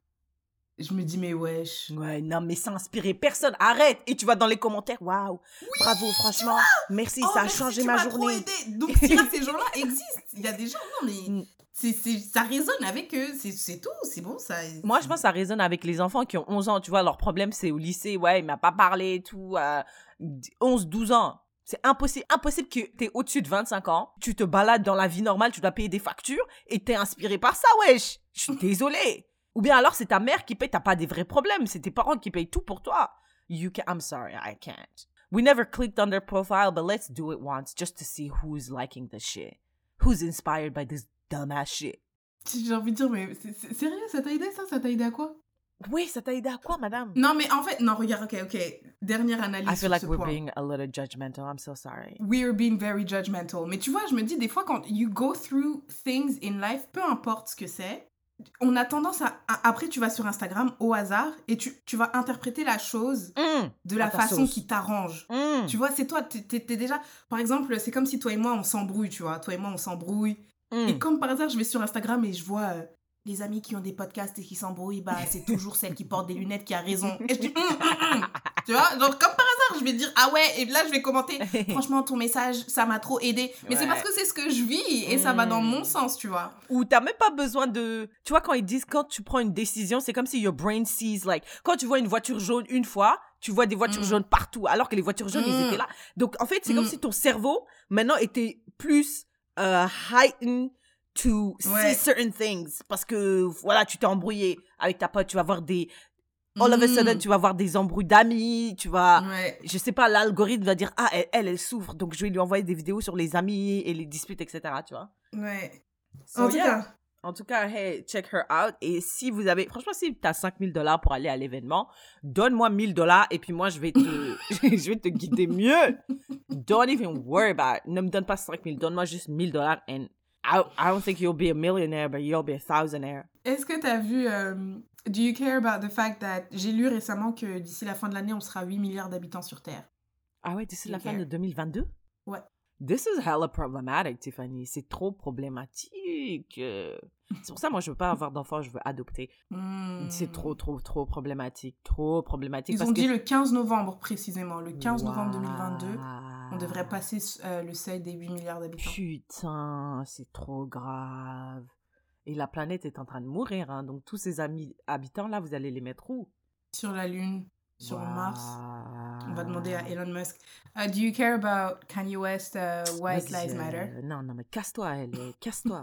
Je me dis, mais wesh. Ouais, non, mais ça a inspiré personne. Arrête. Et tu vas dans les commentaires, waouh, bravo, franchement, merci, Oh, ça a merci, changé tu ma m'as trop journée. aidé. Donc, si là, ces gens-là existent. Il y a des gens, non, mais Mm. c'est, c'est, ça résonne avec eux. C'est, c'est tout, c'est bon, ça. Moi, je pense que ça résonne avec les enfants qui ont onze ans. Tu vois, leur problème, c'est au lycée. Ouais, il m'a pas parlé et tout. Euh, onze, douze ans. C'est impossible, impossible que t'es au-dessus de vingt-cinq ans. Tu te balades dans la vie normale, tu dois payer des factures et t'es inspiré par ça, wesh. Je suis désolée. Ou bien alors, c'est ta mère qui paye. T'as pas des vrais problèmes. C'est tes parents qui payent tout pour toi. You can... I'm sorry, I can't. We never clicked on their profile, but let's do it once just to see who's liking the shit. Who's inspired by this dumbass shit. J'ai envie de dire, mais c'est, c'est sérieux, ça t'a aidé ça? Ça t'a aidé à quoi? Oui, ça t'a aidé à quoi, madame? Non, mais en fait, non, regarde, ok, ok. Dernière analyse I feel sur like ce we're point. being a little judgmental. I'm so sorry. We're being very judgmental. Mais tu vois, je me dis, des fois, quand you go through things in life, peu importe ce que c'est, on a tendance à... à- après, tu vas sur Instagram, au hasard, et tu, tu vas interpréter la chose Mm. de la À ta façon sauce. qui t'arrange. Mm. Tu vois, c'est toi, t'es, t'es- t'es déjà... Par exemple, c'est comme si toi et moi, on s'embrouille, tu vois. Toi et moi, on s'embrouille. Mm. Et comme par hasard, je vais sur Instagram et je vois euh, les amis qui ont des podcasts et qui s'embrouillent, bah, c'est toujours celle qui porte des lunettes qui a raison. Et je dis... Hum, hum, hum. Tu vois, genre, comme par hasard, je vais dire, ah ouais, et là, je vais commenter, franchement, ton message, ça m'a trop aidé. Mais c'est Ouais. parce que c'est ce que je vis et ça va dans mon Mm. sens, tu vois. Ou t'as même pas besoin de... Tu vois, quand ils disent, quand tu prends une décision, c'est comme si your brain sees, like, quand tu vois une voiture jaune une fois, tu vois des voitures Mm. jaunes partout, alors que les voitures jaunes, ils Mm. étaient là. Donc, en fait, c'est comme Mm. si ton cerveau, maintenant, était plus euh, heightened to Ouais. see certain things. Parce que, voilà, tu t'es embrouillé avec ta pote, tu vas voir des... All of a Mm. sudden, tu vas voir des embrouilles d'amis, tu vas... Ouais. Je sais pas, l'algorithme va dire, ah, elle, elle, elle souffre, donc je vais lui envoyer des vidéos sur les amis et les disputes, et cetera, tu vois. Ouais. So, En tout yeah. cas, En tout cas, hey, check her out. Et si vous avez, franchement, si tu as cinq mille dollars pour aller à l'événement, donne-moi mille dollars et puis moi, je vais te, je vais te guider mieux. Don't even worry about it. Ne me donne pas cinq mille, donne-moi juste mille dollars and I, I don't think you'll be a millionaire, but you'll be a thousandaire. est-ce que t'as vu... euh, do you care about the fact that... J'ai lu récemment que d'ici la fin de l'année, on sera huit milliards d'habitants sur Terre. Ah ouais, d'ici la You fin care. de deux mille vingt-deux? Ouais. This is hella problematic, Tiffany. C'est trop problématique. C'est pour ça, moi, je veux pas avoir d'enfant, je veux adopter. Hmm. C'est trop, trop, trop problématique. Trop problématique. Ils parce ont que... dit le quinze novembre, précisément. Le quinze novembre deux mille vingt-deux, Waouh. on devrait passer euh, le seuil des huit milliards d'habitants. Putain, c'est trop grave. Et la planète est en train de mourir, hein. Donc tous ces amis habitants-là, vous allez les mettre où? Sur la Lune, sur Waouh. Mars. On va demander à Elon Musk. Uh, do you care about Kanye West, uh, White Vas-y, Lives euh, Matter? Non, non, mais casse-toi, elle. euh, Casse-toi.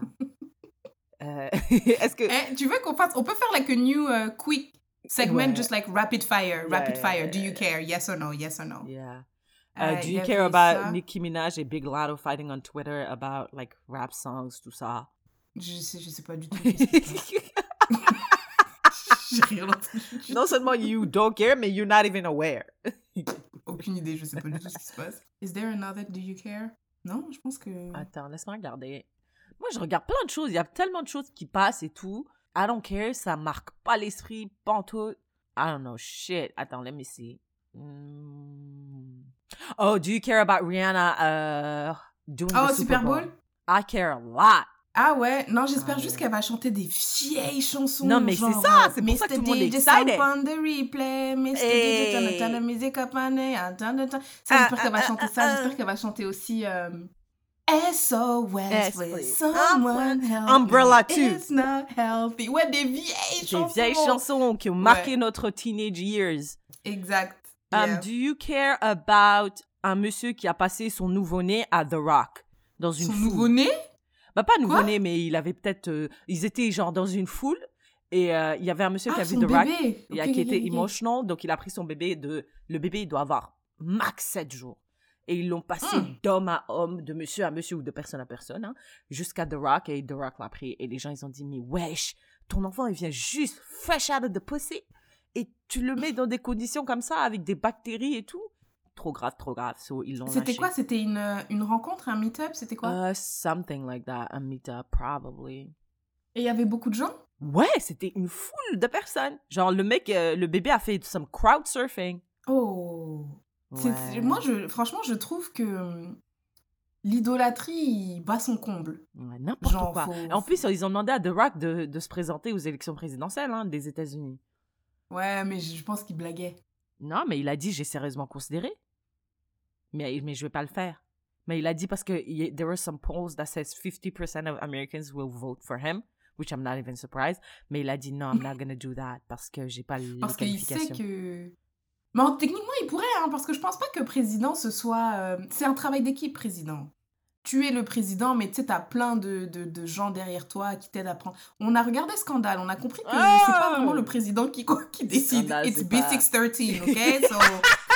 Euh, Est-ce que... Eh, tu veux qu'on fasse... On peut faire like a new uh, quick segment, Ouais. just like rapid fire. Yeah, Rapid yeah, fire. yeah, Do you yeah. care? Yes or no? Yes or no? Yeah. Uh, Euh, do il you y care avait about ça. Nicki Minaj et Big Latto fighting on Twitter about like rap songs, tout ça? Je sais, je sais pas du tout ce qui se passe. J'ai rien entendu. du Non tout. seulement you don't care, mais you're not even aware. Aucune idée, je sais pas du tout ce qui se passe. Is there another Do You Care? Non, je pense que... Attends, laisse-moi regarder. Moi, je regarde plein de choses. Il y a tellement de choses qui passent et tout. I don't care, ça marque pas l'esprit, pantoute. I don't know, shit. Attends, let me see. Mm. Oh, do you care about Rihanna uh, doing Oh, the Super Super Bowl? Bowl? I care a lot. Ah ouais, non, j'espère Ah juste ouais. qu'elle va chanter des vieilles chansons. Non, mais c'est genre, ça, euh, c'est pour ça que tout le monde est mister excited. D J Samp on the replay, mister D J turn Hey. turn the music up on it, ah, turn the turn. Ça, Ah, j'espère qu'elle va ah, chanter ah, ça. ah. J'espère qu'elle va chanter aussi euh, S O S S, with please. someone healthy. Umbrella too. It's not healthy. Ouais, des vieilles Des chansons. vieilles chansons qui ont marqué Ouais. notre teenage years. Exact. Um, Yeah. Do you care about un monsieur qui a passé son nouveau-né à The Rock dans une Son foule? nouveau-né? Bah pas nouveau-né, mais il avait peut-être... euh, ils étaient genre dans une foule et euh, il y avait un monsieur qui Ah, a vu son The Rock bébé. et Ok, qui ok, était ok. emotional, donc il a pris son bébé de... Le bébé, il doit avoir max sept jours. Et ils l'ont passé Hmm. d'homme à homme, de monsieur à monsieur ou de personne à personne, hein, jusqu'à The Rock, et The Rock l'a pris. Et les gens, ils ont dit, mais wesh, ton enfant, il vient juste fresh out of the pussy et tu le mets dans des conditions comme ça, avec des bactéries et tout. Trop grave, trop grave. So, ils l'ont C'était lâché. quoi? C'était une, euh, une rencontre, un meet-up? C'était quoi? Uh, something like that, a meet-up, probably. Et il y avait beaucoup de gens? Ouais, c'était une foule de personnes. Genre, le mec, euh, le bébé a fait some crowd surfing. Oh. C'est- Ouais. c'est- Moi, je, franchement, je trouve que hum, l'idolâtrie il bat son comble. Ouais, n'importe Genre, quoi. faut- Et en plus, ils ont demandé à The Rock de, de se présenter aux élections présidentielles hein, des États-Unis. Ouais, mais je je pense qu'il blaguait. Non, mais il a dit, j'ai sérieusement considéré. Mais, mais je vais pas le faire. Mais il a dit parce que y- there were some polls that says fifty percent of Americans will vote for him, which I'm not even surprised. Mais il a dit, non, I'm not gonna do that parce que j'ai pas les Parce qu'il sait qualifications. que... Mais en- techniquement, il pourrait, hein, parce que je pense pas que président, ce soit... euh, C'est un travail d'équipe, président. Tu es le président, mais tu sais, t'as plein de, de, de gens derrière toi qui t'aident à prendre... On a regardé Scandale, on a compris que Ah c'est pas vraiment le président qui, qui décide. Scandale, It's c'est B pas- six one three, ok? So...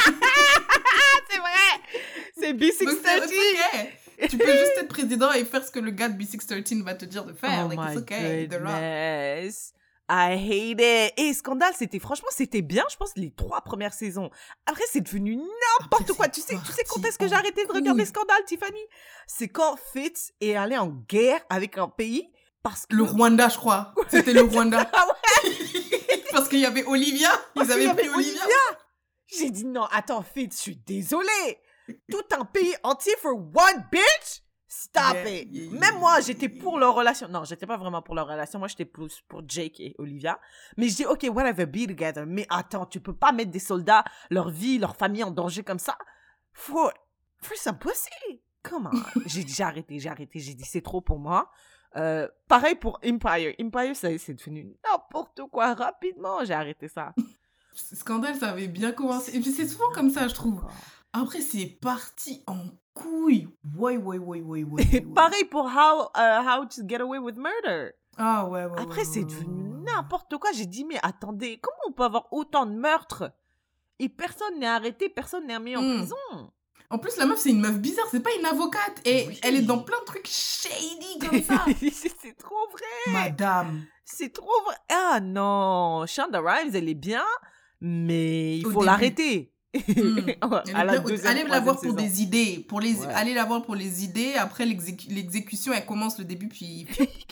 C'est vrai! C'est B six Donc, one c'est three! c'est ok. Tu peux juste être président et faire ce que le gars de B six one three va te dire de faire. Oh like, my it's okay. The Rock. goodness. I hate it. Et Scandale, c'était franchement, c'était bien, je pense, les trois premières saisons. Après, c'est devenu n'importe Après, quoi. c'est Tu sais, tu sais quand parti est-ce que j'ai en arrêté de regarder couille. Scandale, Tiffany? C'est quand Fitz est allé en guerre avec un pays parce que... Le Rwanda, je crois. C'était le Rwanda. Ah ouais? Parce qu'il y avait Olivia. Parce Ils qu'il y avaient pris avait Olivia. J'ai dit non, attends, Fitz, je suis désolée. Tout un pays entier for one bitch? Stop Yeah, it. yeah, yeah, Même moi, yeah, j'étais yeah. pour leur relation. Non, j'étais pas vraiment pour leur relation. Moi, j'étais plus pour Jake et Olivia. Mais je dis, OK, whatever, be together. Mais attends, tu peux pas mettre des soldats, leur vie, leur famille en danger comme ça. For, for some pussy. Come on. J'ai dit, j'ai arrêté, j'ai arrêté. J'ai dit, c'est trop pour moi. Euh, pareil pour Empire. Empire, ça, c'est devenu n'importe quoi. Rapidement, j'ai arrêté ça. Scandale, ça avait bien commencé. Et puis c'est souvent comme ça, je trouve. Après, c'est parti en couille. Ouais, ouais, ouais, ouais, ouais. ouais, ouais. Pareil pour How, uh, How to Get Away with Murder. Ah ouais, ouais. Après, ouais, c'est ouais, devenu ouais, ouais. n'importe quoi. J'ai dit, mais attendez, comment on peut avoir autant de meurtres et personne n'est arrêté, personne n'est mis en Mm. prison? En plus, la meuf, c'est une meuf bizarre. C'est pas une avocate. Et Oui. elle est dans plein de trucs shady comme ça. C'est trop vrai. Madame. C'est trop vrai. Ah non, Shonda Rhimes, elle est bien, mais il Au faut début. l'arrêter. Mm. Elle À est la bien- deuxième, allez la voir troisième pour saison. des idées. Pour les... Ouais. Allez la voir pour les idées. Après, l'exécu- l'exécution, elle commence le début, puis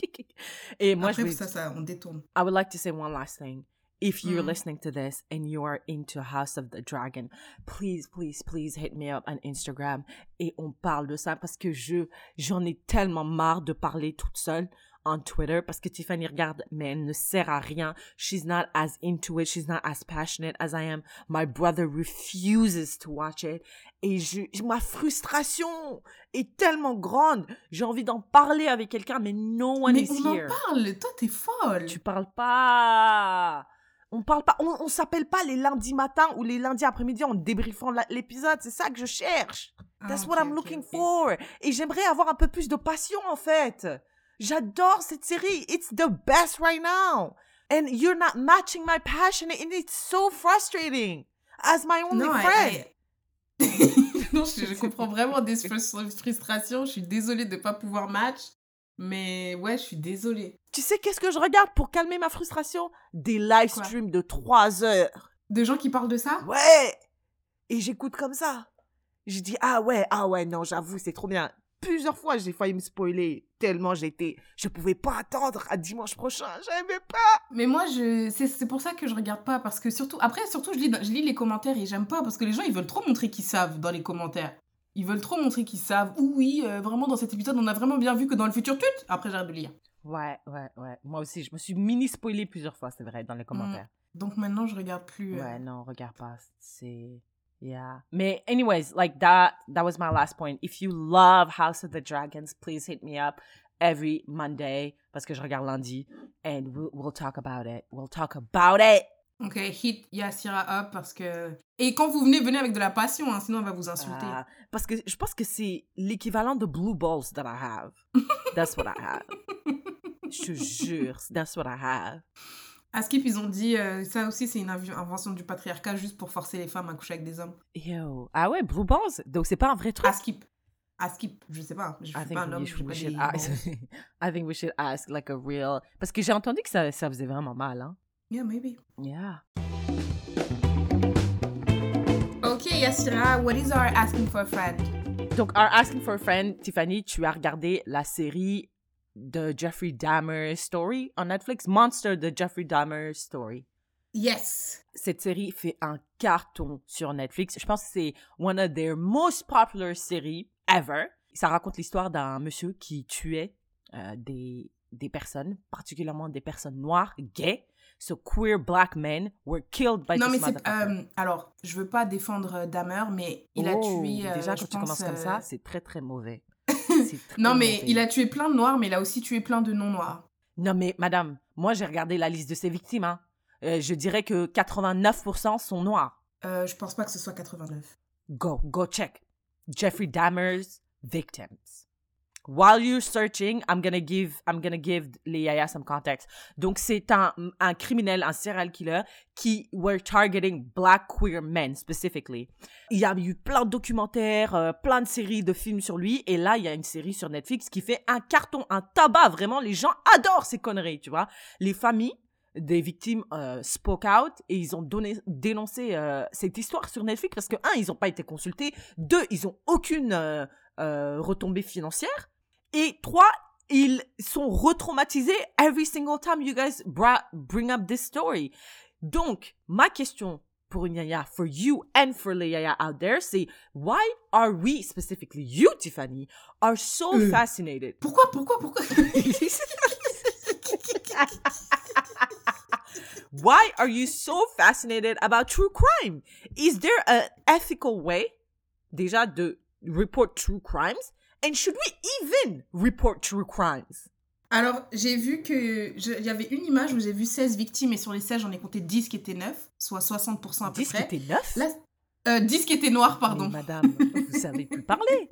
Et moi, après, je vais... ça, ça, on détourne. I would like to say one last thing. If you're Mhm. listening to this and you are into House of the Dragon, please, please, please hit me up on Instagram et on parle de ça parce que je, j'en ai tellement marre de parler toute seule on Twitter parce que Tiffany regarde, mais elle ne sert à rien. She's not as into it. She's not as passionate as I am. My brother refuses to watch it. Et je, ma frustration est tellement grande. J'ai envie d'en parler avec quelqu'un, mais no one Mais is on here. en parle. Toi, t'es folle. Tu parles pas. On parle pas. On, on s'appelle pas les lundis matins ou les lundis après-midi en débriefant la- l'épisode. C'est ça que je cherche. That's Ah, what ok, I'm ok, looking ok. for. Et j'aimerais avoir un peu plus de passion, en fait. J'adore cette série. It's the best right now. And you're not matching my passion. And it's so frustrating. As my only Non, friend. I- I- Non, je, je comprends vraiment des frus- frustrations. Je suis désolée de ne pas pouvoir match. Mais ouais, je suis désolée. Tu sais qu'est-ce que je regarde pour calmer ma frustration? Des live Quoi? streams de trois heures. De gens qui parlent de ça? Ouais! Et j'écoute comme ça. Je dis, ah ouais, ah ouais, non, j'avoue, c'est trop bien. Plusieurs fois, j'ai failli me spoiler tellement j'étais... Je pouvais pas attendre à dimanche prochain. J'aimais pas. Mais moi, je... c'est, c'est pour ça que je regarde pas. Parce que surtout... Après, surtout, je lis, je lis les commentaires et j'aime pas. Parce que les gens, ils veulent trop montrer qu'ils savent dans les commentaires. Ils veulent trop montrer qu'ils savent. Ou oui, euh, vraiment, dans cet épisode, on a vraiment bien vu que dans le futur, tut. Après, j'arrête de lire. Ouais, ouais, ouais. Moi aussi, je me suis mini-spoilée plusieurs fois, c'est vrai, dans les commentaires. Mm. Donc maintenant, je regarde plus. Euh... Ouais, non, regarde pas. C'est... Yeah. Mais anyways, like that, that was my last point. If you love House of the Dragons, please hit me up every Monday, parce que je regarde lundi, and we'll, we'll talk about it. We'll talk about it. Ok, hit Yassira up parce que... Et quand vous venez, venez avec de la passion, hein, sinon on va vous insulter. Uh, parce que je pense que c'est l'équivalent de Blue Balls that I have. That's what I have. Je te jure, that's what I have. À Skip, ils ont dit, euh, ça aussi c'est une inv- invention du patriarcat juste pour forcer les femmes à coucher avec des hommes. Yo. Ah ouais, Blue Balls? Donc c'est pas un vrai truc? À Skip. À Skip, je sais pas. Je I suis pas un homme, we, je suis we pas should des ask, balls. I think we should ask like a real... Parce que j'ai entendu que ça, ça faisait vraiment mal, hein? Yeah, maybe. Yeah. Ok, Yassira, what is our asking for a friend? Donc, our asking for a friend, Tiffany, tu as regardé la série de Jeffrey Dahmer Story en Netflix, Monster de Jeffrey Dahmer Story. Yes. Cette série fait un carton sur Netflix. Je pense que c'est one of their most popular series ever. Ça raconte l'histoire d'un monsieur qui tuait euh, des, des personnes, particulièrement des personnes noires, gays. So queer black men were killed by Non, this mais c'est... motherfucker. euh, alors, je veux pas défendre euh, Dahmer, mais il a Oh, tué... euh, déjà, je quand tu pense, commences comme euh, ça, c'est très, très mauvais. C'est très Non, mais mauvais. il a tué plein de noirs, mais il a aussi tué plein de non-noirs. Non, mais madame, moi, j'ai regardé la liste de ses victimes. Hein. Euh, je dirais que quatre-vingt-neuf pour cent sont noirs. Euh, je pense pas que ce soit quatre-vingt-neuf. Go, go check. Jeffrey Dahmer's victims. While you're searching, I'm gonna give, I'm gonna give les Yaya some context. Donc, c'est un, un criminel, un serial killer qui were targeting black queer men specifically. Il y a eu plein de documentaires, euh, plein de séries de films sur lui. Et là, il y a une série sur Netflix qui fait un carton, un tabac. Vraiment, les gens adorent ces conneries, tu vois. Les familles des victimes euh, spoke out et ils ont donné, dénoncé euh, cette histoire sur Netflix parce que, un, ils n'ont pas été consultés. Deux, ils n'ont aucune euh, euh, retombée financière. Et trois, ils sont retraumatisés every single time you guys bra- bring up this story. Donc, ma question pour une yaya, for you and for les yaya out there, c'est why are we, specifically you, Tiffany, are so Euh. fascinated? Pourquoi, pourquoi, pourquoi? Why are you so fascinated about true crime? Is there an ethical way, déjà, de report true crimes? And should we even report true crimes? Alors, j'ai vu que... je- Il y avait une image où j'ai vu seize victimes et sur les seize, j'en ai compté dix qui étaient neufs, soit soixante pour cent à peu dix qui près. étaient neuf? Là, euh, dix qui étaient noirs, pardon. Mais madame, vous savez plus parler.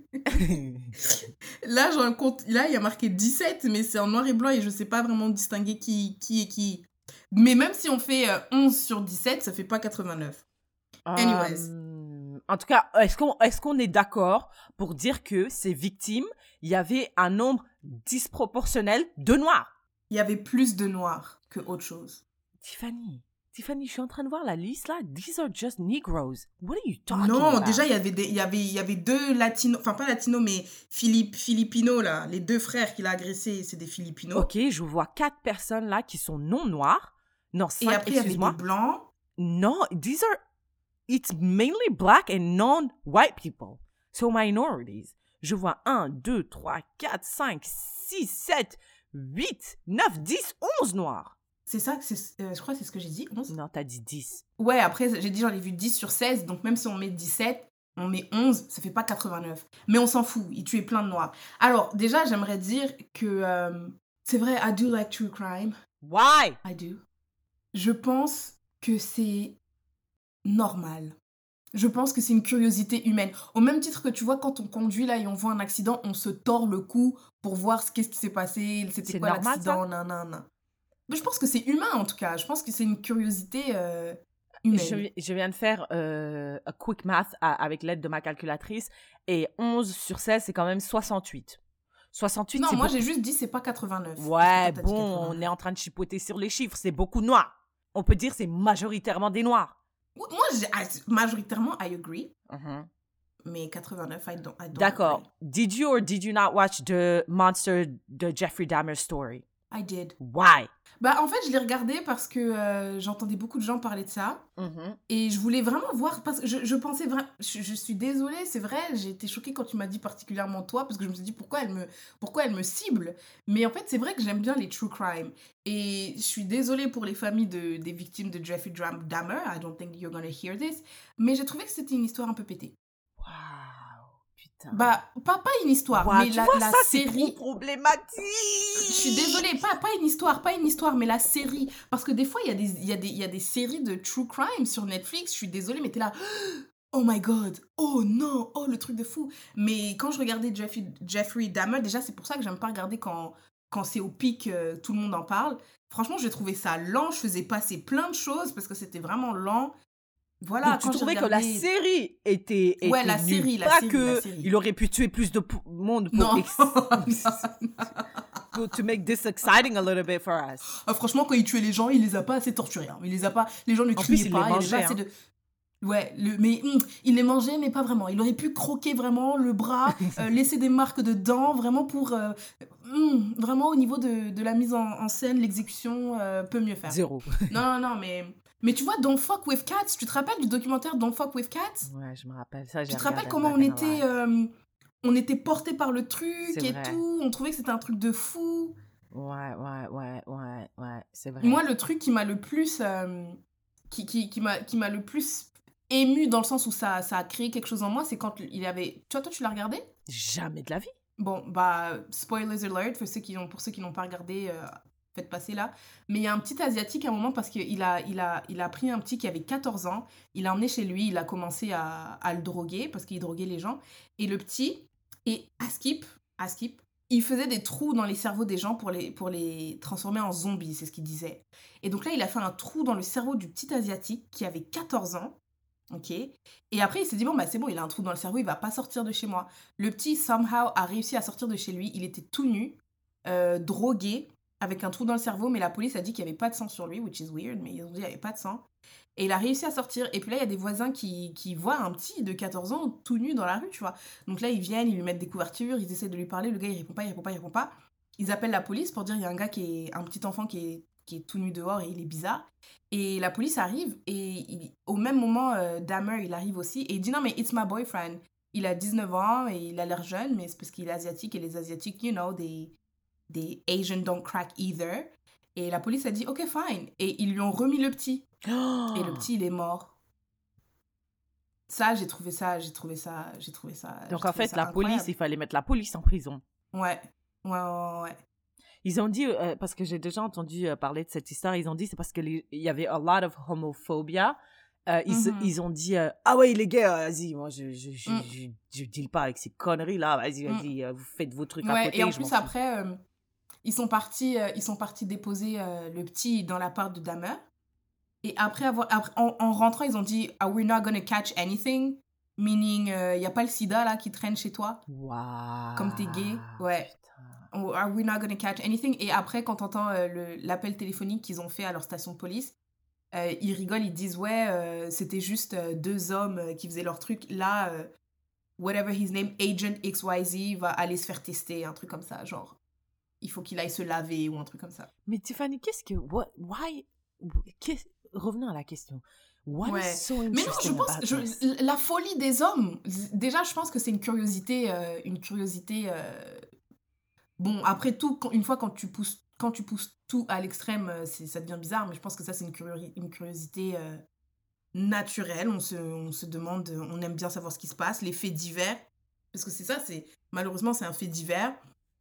Là, j'en compte... Là, il y a marqué dix-sept, mais c'est en noir et blanc et je sais pas vraiment distinguer qui, qui est qui. Mais même si on fait euh, onze sur dix-sept, ça fait pas quatre-vingt-neuf. Anyways. Um, en tout cas, est-ce qu'on, est-ce qu'on est d'accord pour dire que ces victimes, il y avait un nombre disproportionnel de noirs? Il y avait plus de noirs que autre chose. Tiffany, Tiffany, je suis en train de voir la liste là. These are just Negroes. What are you talking Non, about? déjà, il y avait des, il y avait, il y avait deux latinos, enfin pas latinos, mais Philippe, Filipinos, là. Les deux frères qu'il a agressés, c'est des Filipinos. Ok, je vois quatre personnes là qui sont non noires. Non, Et cinq, après, il y avait excuse-moi. des blancs. No, these are, it's mainly black and non-white people. So minorities. Je vois un, deux, trois, quatre, cinq, six, sept, huit, neuf, dix, onze noirs. C'est ça, c'est, euh, je crois que c'est ce que j'ai dit, onze. Non, t'as dit dix. Ouais, après, j'ai dit j'en ai vu dix sur seize, donc même si on met dix-sept, on met onze, ça fait pas quatre-vingt-neuf. Mais on s'en fout, il tuait plein de noirs. Alors, déjà, j'aimerais dire que, euh, c'est vrai, I do like true crime. Why? I do. Je pense que c'est normal. Je pense que c'est une curiosité humaine. Au même titre que tu vois, quand on conduit là et on voit un accident, on se tord le cou pour voir ce, qu'est-ce qui s'est passé, c'était C'est quoi normal, l'accident, nan, nan, nan. Mais je pense que c'est humain en tout cas. Je pense que c'est une curiosité. euh, humaine. Je, je viens de faire euh, a quick math à- avec l'aide de ma calculatrice et onze sur seize, c'est quand même soixante-huit. soixante-huit, Non, c'est moi beaucoup. j'ai juste dit c'est pas quatre-vingt-neuf. parce que Ouais, toi, t'as dit bon, on quatre-vingt-neuf. est en train de chipoter sur les chiffres, c'est beaucoup de noirs. On peut dire c'est majoritairement des noirs. Moi, j'ai- I- majoritairement, I agree. Mhm. Mais quatre-vingt-neuf, I don't, I don't D'accord. agree. Did you or did you not watch the Monster de Jeffrey Dahmer story? I did. Why? Bah, en fait, je l'ai regardé parce que euh, j'entendais beaucoup de gens parler de ça. Mhm. Et je voulais vraiment voir, parce que je, je pensais vraiment... Je, je suis désolée, c'est vrai, j'ai été choquée quand tu m'as dit particulièrement toi, parce que je me suis dit pourquoi elle me, pourquoi elle me cible. Mais en fait, c'est vrai que j'aime bien les true crime. Et je suis désolée pour les familles de, des victimes de Jeffrey Dram- Dahmer, I don't think you're gonna hear this, mais j'ai trouvé que c'était une histoire un peu pétée. Wow, putain. Bah, pas, pas une histoire, Wow, mais tu la, vois, la ça, c'est série... trop problématique. Je suis désolée, pas, pas une histoire, pas une histoire, mais la série. Parce que des fois, il y, a des- il y, a des- il y a des séries de true crime sur Netflix. Je suis désolée, mais t'es là. Oh my god, oh non, oh le truc de fou. Mais quand je regardais Jeffrey, Jeffrey Dahmer, déjà, c'est pour ça que j'aime pas regarder quand, quand c'est au pic, euh, tout le monde en parle. Franchement, j'ai trouvé ça lent. Je faisais passer plein de choses parce que c'était vraiment lent. Voilà, Donc, tu quand j'ai trouvais que la regardé- série était, était Ouais, la nulle, série, la pas série, que la série. il aurait pu tuer plus de pou- monde pour, Non. ex- pour to make this exciting a little bit for us. Ah, franchement, quand il tuait les gens, il les a pas assez torturés. Hein. Il les a pas... Les gens ne En plus, criaient il pas. les il y avait mangeait, pas assez hein. de... Ouais, le... mais hum, il les mangeait, mais pas vraiment. Il aurait pu croquer vraiment le bras, euh, laisser des marques de dents, vraiment pour... euh, hum, vraiment, au niveau de, de la mise en, en scène, l'exécution, euh, peut mieux faire. Zéro. Non, non, non, mais... Mais tu vois, Don't Fuck With Cats, tu te rappelles du documentaire Don't Fuck With Cats? Ouais, je me rappelle ça. Tu te rappelles comment on était... euh, on était porté par le truc C'est et vrai. tout. On trouvait que c'était un truc de fou. Ouais, ouais, ouais, ouais, ouais, c'est vrai. Moi, le truc qui m'a le plus... euh, qui, qui, qui m'a qui m'a le plus ému dans le sens où ça, ça a créé quelque chose en moi, c'est quand il avait... Toi, toi, tu l'as regardé? Jamais de la vie. Bon, bah, spoilers alert, pour ceux qui n'ont pour ceux qui n'ont pas regardé, euh, faites passer là. Mais il y a un petit Asiatique à un moment parce qu'il a, il a, il a pris un petit qui avait quatorze ans, il l'a emmené chez lui, il a commencé à, à le droguer parce qu'il droguait les gens. Et le petit, et à skip, à skip, il faisait des trous dans les cerveaux des gens pour les, pour les transformer en zombies, c'est ce qu'il disait. Et donc là, il a fait un trou dans le cerveau du petit Asiatique qui avait quatorze ans. Ok. Et après, il s'est dit, bon, bah c'est bon, il a un trou dans le cerveau, il va pas sortir de chez moi. Le petit, somehow, a réussi à sortir de chez lui. Il était tout nu, euh, drogué, avec un trou dans le cerveau, mais la police a dit qu'il n'y avait pas de sang sur lui, which is weird, mais ils ont dit qu'il n'y avait pas de sang. Et il a réussi à sortir. Et puis là, il y a des voisins qui, qui voient un petit de quatorze ans tout nu dans la rue, tu vois. Donc là, ils viennent, ils lui mettent des couvertures, ils essaient de lui parler. Le gars, il répond pas, il répond pas, il répond pas. Ils appellent la police pour dire il y a un gars qui est, un petit enfant qui est, qui est tout nu dehors et il est bizarre. Et la police arrive et il- au même moment, euh, Dahmer, il arrive aussi et il dit non, mais it's my boyfriend. Il a dix-neuf ans et il a l'air jeune, mais c'est parce qu'il est asiatique et les asiatiques, you know, they, they Asian don't crack either. Et la police a dit ok, fine. Et ils lui ont remis le petit. Et le petit, il est mort. Ça, j'ai trouvé ça, j'ai trouvé ça, j'ai trouvé ça. j'ai Donc en trouvé fait, ça la incroyable. police, il fallait mettre la police en prison. Ouais, ouais, ouais, ouais. Ils ont dit, euh, parce que j'ai déjà entendu euh, parler de cette histoire, ils ont dit c'est parce qu'il y avait a lot of homophobia. Euh, ils, se- Mhm. ils ont dit, euh, ah ouais, il est gay, euh, vas-y, moi je je, je, Mm. je, je deal pas avec ces conneries là, vas-y, Mm. vas-y, euh, vous faites vos trucs à Ouais, côté. et en je m'en plus, fous. après, euh, ils, sont partis, euh, ils sont partis déposer euh, le petit dans l'appart de Dahmer. Et après avoir, après, en, en rentrant, ils ont dit ah, we're not gonna catch anything. Meaning, il n'y a pas le sida là qui traîne chez toi. Waouh. Comme t'es gay, ouais. Putain. Or, are we not gonna catch anything? Et après, quand t'entends euh, le- l'appel téléphonique qu'ils ont fait à leur station de police, euh, ils rigolent, ils disent ouais, euh, c'était juste euh, deux hommes euh, qui faisaient leur truc. Là, euh, whatever his name, Agent X Y Z va aller se faire tester, un truc comme ça, genre. Il faut qu'il aille se laver ou un truc comme ça. Mais Tiffany, qu'est-ce que, what, why, qu'est- revenons à la question. What Ouais. is so Mais non, je interesting pense, about je, this? la folie des hommes, déjà, je pense que c'est une curiosité, euh, une curiosité. euh, Bon, après tout, quand- une fois quand tu pousses, quand tu pousses tout à l'extrême, euh, c'est- ça devient bizarre. Mais je pense que ça, c'est une, curiori- une curiosité euh, naturelle. On se, on se demande, on aime bien savoir ce qui se passe, les faits divers, parce que c'est ça, c'est malheureusement c'est un fait divers.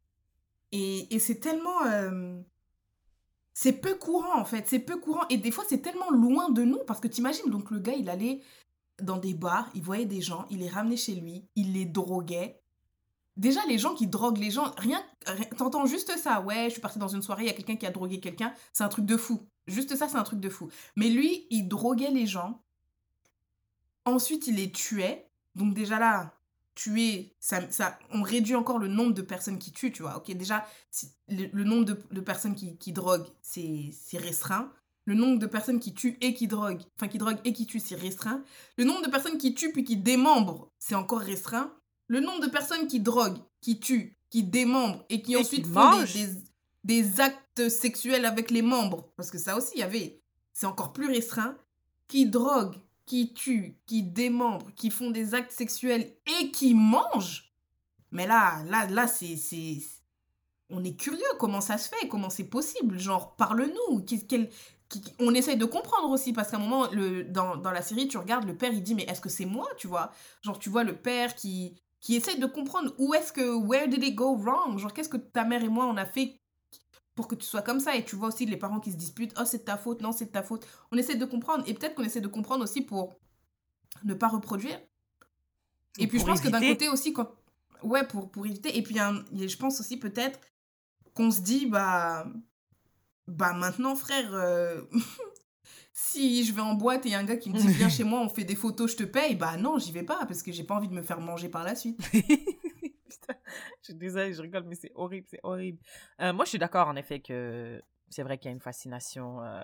Et, et c'est tellement, euh, c'est peu courant en fait, c'est peu courant. Et des fois, c'est tellement loin de nous parce que t'imagines, donc le gars, il allait dans des bars, il voyait des gens, il les ramenait chez lui, il les droguait. Déjà, les gens qui droguent les gens, rien, rien- t'entends juste ça. Ouais, je suis partie dans une soirée, il y a quelqu'un qui a drogué quelqu'un, c'est un truc de fou. Juste ça, c'est un truc de fou. Mais lui, il droguait les gens. Ensuite, il les tuait. Donc déjà là, tuer, ça, ça, on réduit encore le nombre de personnes qui tuent, tu vois. Ok, déjà, si, le, le nombre de, de personnes qui, qui droguent, c'est, c'est restreint. Le nombre de personnes qui tuent et qui droguent, enfin qui droguent et qui tuent, c'est restreint. Le nombre de personnes qui tuent puis qui démembrent, c'est encore restreint. Le nombre de personnes qui droguent, qui tuent, qui démembrent et qui Et ensuite qui font des, mangent. des, des actes sexuels avec les membres, parce que ça aussi, il y avait, c'est encore plus restreint, qui droguent, qui tuent, qui démembrent, qui font des actes sexuels et qui mangent. Mais là, là, là, c'est, c'est, on est curieux, comment ça se fait, comment c'est possible, genre, parle-nous, qu'est- quel, qui- on essaye de comprendre aussi, parce qu'à un moment, le, dans, dans la série, tu regardes, le père, il dit, mais est-ce que c'est moi, tu vois? Genre, tu vois le père qui, qui essaye de comprendre où est-ce que, where did it go wrong? Genre, qu'est-ce que ta mère et moi, on a fait pour que tu sois comme ça? Et tu vois aussi les parents qui se disputent, oh, c'est de ta faute, non, c'est de ta faute. On essaie de comprendre, et peut-être qu'on essaie de comprendre aussi pour ne pas reproduire. Et Ou puis, je pour pense que d'un éviter. côté aussi, quand... ouais, pour, pour éviter, et puis, il y a un- il y a- je pense aussi peut-être qu'on se dit, bah, bah maintenant, frère, euh, si je vais en boîte et il y a un gars qui me dit, viens chez moi, on fait des photos, je te paye, bah non, j'y vais pas, parce que j'ai pas envie de me faire manger par la suite. Putain, je suis désolée, je rigole, mais c'est horrible, c'est horrible. Euh, moi, je suis d'accord, en effet, que c'est vrai qu'il y a une fascination. euh,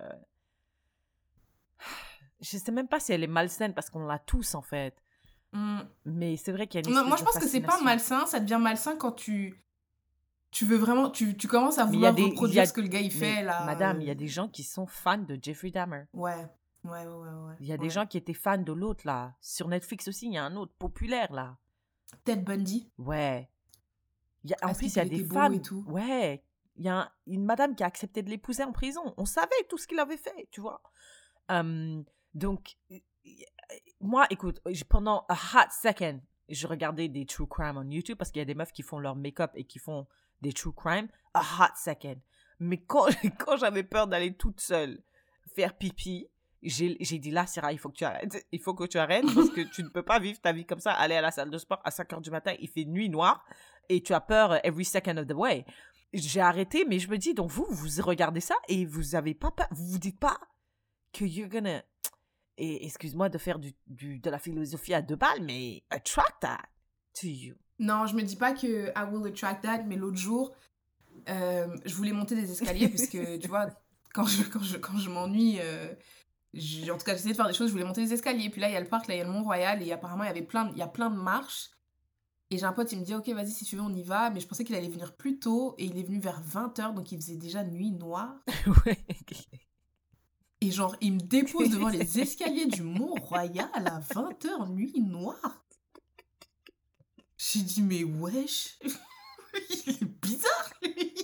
Je sais même pas si elle est malsaine, parce qu'on l'a tous, en fait. Hmm. Mais c'est vrai qu'il y a une Non, espèce moi, je de pense que c'est pas fascination. malsain, ça devient malsain quand tu, tu veux vraiment, tu, tu commences à Mais il y a vouloir des... il y reproduire a- ce que le gars il Mais, fait là. madame, il y a euh, des gens qui sont fans de Jeffrey Dahmer. Ouais, ouais, ouais, ouais. ouais, Il y a des ouais. gens qui étaient fans de l'autre, là. Sur Netflix aussi, il y a un autre populaire, là. Ted Bundy. Ouais. Il y a... En Est-ce plus, qu'il il y a des était beau fans. et tout? Ouais. Il y a un- une madame qui a accepté de l'épouser en prison. On savait tout ce qu'il avait fait, tu vois. Hum, donc, y- y- moi, écoute, j- pendant a hot second, je regardais des true crime on YouTube parce qu'il y a des meufs qui font leur make-up et qui font des true crime. A hot second. Mais quand, quand j'avais peur d'aller toute seule faire pipi, j'ai j'ai dit là, Sarah, il faut que tu arrêtes. Il faut que tu arrêtes parce que tu ne peux pas vivre ta vie comme ça, aller à la salle de sport à cinq heures du matin, il fait nuit noire et tu as peur every second of the way. J'ai arrêté, mais je me dis, donc vous, vous regardez ça et vous avez pas peur, vous vous dites pas que you're gonna, et excuse-moi de faire du, du, de la philosophie à deux balles, mais attract that to you. Non, je me dis pas que I will attract that, mais l'autre jour, euh, je voulais monter des escaliers parce que, tu vois, quand je, quand je, quand je m'ennuie, euh, j'ai- en tout cas, j'essayais de faire des choses, je voulais monter des escaliers. Puis là, il y a le parc, là, il y a le Mont-Royal, et apparemment, il y avait plein, de- il y a plein de marches. Et j'ai un pote, il me dit, ok, vas-y, si tu veux, on y va. Mais je pensais qu'il allait venir plus tôt, et il est venu vers vingt heures, donc il faisait déjà nuit noire. Ouais. Et genre, il me dépose devant les escaliers du Mont-Royal à vingt heures, nuit noire. J'ai dit, mais wesh, il est bizarre, lui.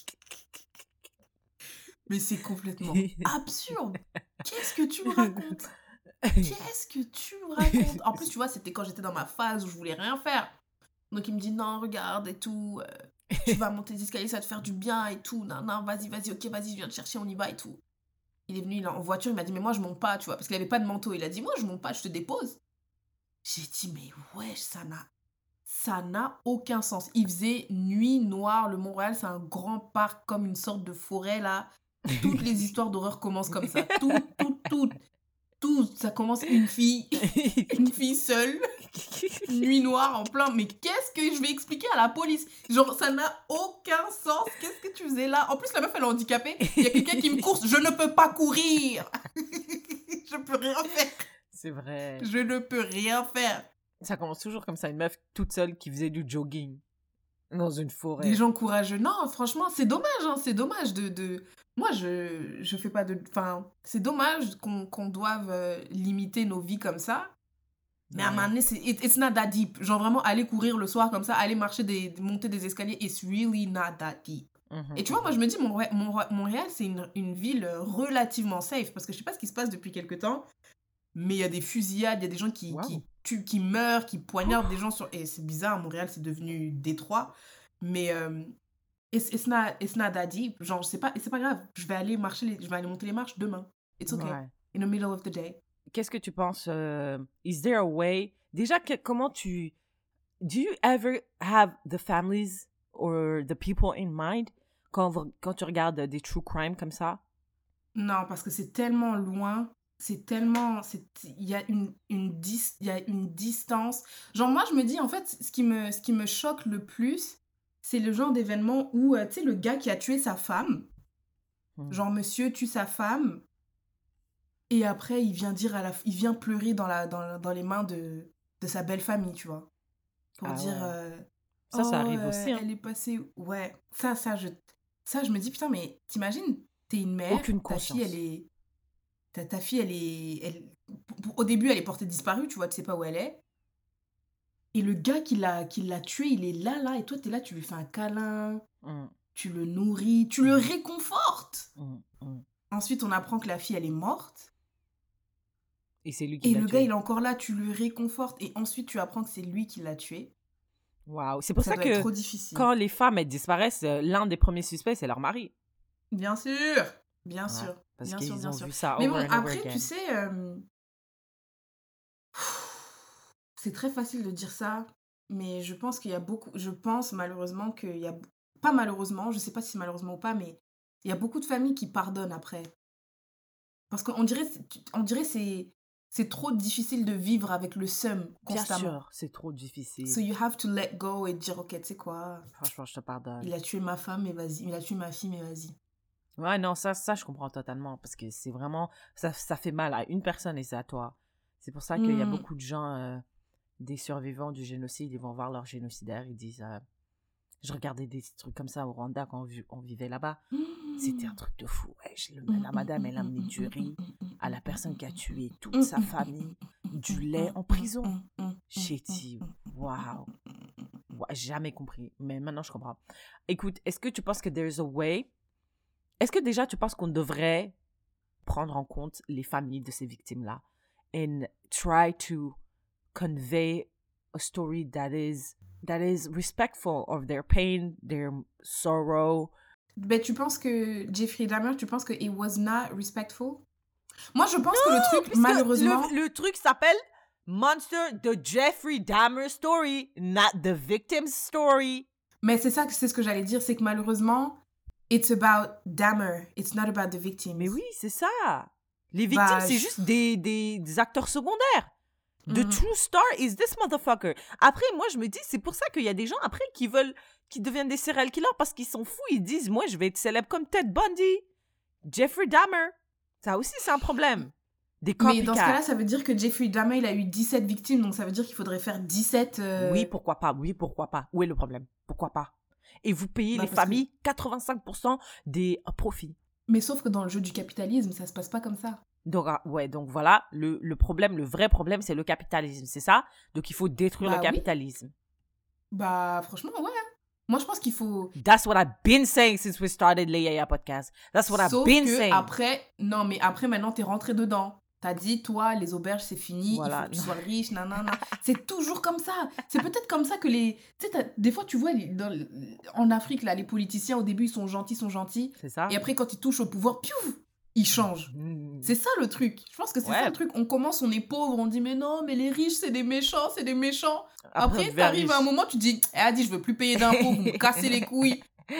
Mais c'est complètement absurde. Qu'est-ce que tu me racontes? Qu'est-ce que tu me racontes? En plus, tu vois, c'était quand j'étais dans ma phase où je voulais rien faire. Donc il me dit, non, regarde et tout, euh, tu vas monter les escaliers, ça va te faire du bien et tout. Non, non, vas-y, vas-y, ok, vas-y, je viens te chercher, on y va et tout. Il est venu il est en voiture, il m'a dit, mais moi je monte pas, tu vois, parce qu'il avait pas de manteau. Il a dit, moi je monte pas, je te dépose. J'ai dit, mais wesh, ça n'a, ça n'a aucun sens. Il faisait nuit noire, le Mont-Royal, c'est un grand parc comme une sorte de forêt là. Toutes les histoires d'horreur commencent comme ça. Toutes, toutes, toutes. Toutes. Ça commence une fille, une fille seule, nuit noire en plein. Mais qu'est-ce que je vais expliquer à la police? Genre, ça n'a aucun sens. Qu'est-ce que tu faisais là? En plus, la meuf, elle est handicapée. Il y a quelqu'un qui me course. Je ne peux pas courir. Je peux rien faire. C'est vrai. Je ne peux rien faire. Ça commence toujours comme ça, une meuf toute seule qui faisait du jogging dans une forêt. Des gens courageux. Non, franchement, c'est dommage. Hein, c'est dommage de... de... Moi, je, je fais pas de... Enfin, c'est dommage qu'on qu'on doive euh, limiter nos vies comme ça. Mais à un Ouais. moment donné, c'est... It, it's not that deep. Genre, vraiment, aller courir le soir comme ça, aller marcher, des, monter des escaliers, it's really not that deep. Mhm. Et tu vois, moi, je me dis, Montré- Montré- Montréal, c'est une, une ville relativement safe. Parce que je sais pas ce qui se passe depuis quelque temps, mais il y a des fusillades, il y a des gens qui, Wow. qui tuent, qui meurent, qui poignardent des gens sur... Et c'est bizarre, Montréal, c'est devenu Détroit. Mais... euh, It's, it's, not, it's not that deep. Genre, c'est pas, c'est pas grave. Je vais aller marcher, les, je vais aller monter les marches demain. It's okay. Ouais. In the middle of the day. Qu'est-ce que tu penses? euh, is there a way? Déjà, que, comment tu... Do you ever have the families or the people in mind quand, quand tu regardes des true crime comme ça? Non, parce que c'est tellement loin, c'est tellement, c'est, il y a une, une dis, il y a une distance. Genre moi, je me dis, en fait, ce qui me, ce qui me choque le plus, c'est le genre d'événement où, euh, tu sais, le gars qui a tué sa femme, Hmm. genre monsieur tue sa femme, et après il vient dire à la, il vient pleurer dans la, dans, dans les mains de, de sa belle famille, tu vois, pour Ah dire, ouais. euh, Ça, ça oh, arrive euh, aussi. Hein. elle est passée, ouais, ça, ça, je, ça, je me dis, putain, mais t'imagines, t'es une mère, Aucune ta fille, elle conscience. est, ta, ta fille, elle est, elle, pour- pour- au début, elle est portée disparue, tu vois, tu sais pas où elle est, et le gars qui l'a, qui l'a tuée, il est là, là, et toi, t'es là, tu lui fais un câlin, Hmm, tu le nourris, tu le réconfortes. hmm, hmm. Ensuite, on apprend que la fille, elle est morte. Et c'est lui qui Et l'a le gars, tué. il est encore là, tu le réconfortes. Et ensuite, tu apprends que c'est lui qui l'a tué. Waouh. C'est pour Ça ça doit être que trop difficile. quand les femmes elles disparaissent, euh, l'un des premiers suspects, c'est leur mari. Bien sûr. Bien Ouais, sûr. parce Bien qu'ils sûr, bien ont sûr. vu ça Mais over bon, and over après, again. tu sais, euh, c'est très facile de dire ça. Mais je pense qu'il y a beaucoup... Je pense malheureusement qu'il y a... Pas malheureusement, je sais pas si c'est malheureusement ou pas, mais il y a beaucoup de familles qui pardonnent après. Parce qu'on dirait, c'est- on dirait c'est c'est trop difficile de vivre avec le seum Bien constamment. sûr, c'est trop difficile. So you have to let go et dire, ok, tu sais quoi, Franchement, je te pardonne. il a tué ma femme, mais vas-y. Il a tué ma fille, mais vas-y. Ouais, non, ça, ça, je comprends totalement. Parce que c'est vraiment... Ça, ça fait mal à une personne et c'est à toi. C'est pour ça qu'il y a Mm. beaucoup de gens, euh, des survivants du génocide, ils vont voir leur génocidaire, ils disent... euh, je regardais des trucs comme ça au Rwanda quand on, vi- on vivait là-bas. C'était un truc de fou. Ouais, je- le- la madame, elle a amené du riz à la personne qui a tué toute sa famille, du lait en prison. J'ai dit, waouh. Ouais, jamais compris. Mais maintenant, je comprends. Écoute, est-ce que tu penses que there is a way? Est-ce que déjà, tu penses qu'on devrait prendre en compte les familles de ces victimes-là and try to convey a story that is that is respectful of their pain, their sorrow? Ben, tu penses que Jeffrey Dahmer, tu penses que it was not respectful? Moi, je pense que le truc, Puisque malheureusement... le, le truc s'appelle Monster, the Jeffrey Dahmer story, not the victim's story. Mais c'est ça, que- c'est ce que j'allais dire, c'est que malheureusement, it's about Dahmer, it's not about the victims. Mais oui, c'est ça. Les victimes, Bah, c'est je- juste des, des, des acteurs secondaires. The Mhm. true star is this motherfucker. Après, moi, je me dis, c'est pour ça qu'il y a des gens, après, qui veulent, qui deviennent des serial killers parce qu'ils sont fous. Ils disent, moi, je vais être célèbre comme Ted Bundy, Jeffrey Dahmer. Ça aussi, c'est un problème. Des Mais dans ce copycats. cas-là, ça veut dire que Jeffrey Dahmer, il a eu dix-sept victimes, donc ça veut dire qu'il faudrait faire dix-sept... euh, Oui, pourquoi pas. Oui, pourquoi pas. Où est le problème? Pourquoi pas? Et vous payez Bah, les parce que- familles quatre-vingt-cinq pour cent des euh, profits. Mais sauf que dans le jeu du capitalisme, ça se passe pas comme ça. Donc, ah, ouais, donc voilà, le, le problème, le vrai problème, c'est le capitalisme, c'est ça? Donc, il faut détruire Bah le oui. capitalisme. Bah, franchement, ouais. Moi, je pense qu'il faut... That's what I've been saying since we started the Yaya podcast. That's what I've Sauf been que saying. après... Non, mais après, maintenant, t'es rentré dedans. T'as dit, toi, les auberges, c'est fini, Voilà. il faut que tu sois riche, nanana. C'est toujours comme ça. C'est peut-être comme ça que les... Tu sais, t'as- des fois, tu vois, les- dans- en Afrique, là, les politiciens, au début, ils sont gentils, sont gentils. C'est ça? Et après, quand ils touchent au pouvoir, piouf, ils changent. Mm. C'est ça le truc. Je pense que c'est Ouais. ça le truc. On commence, on est pauvre, on dit, mais non, mais les riches, c'est des méchants, c'est des méchants. on Après, devient t'arrives à un riche. moment, tu dis, eh, Adi, je veux plus payer d'impôts, vous me cassez les couilles.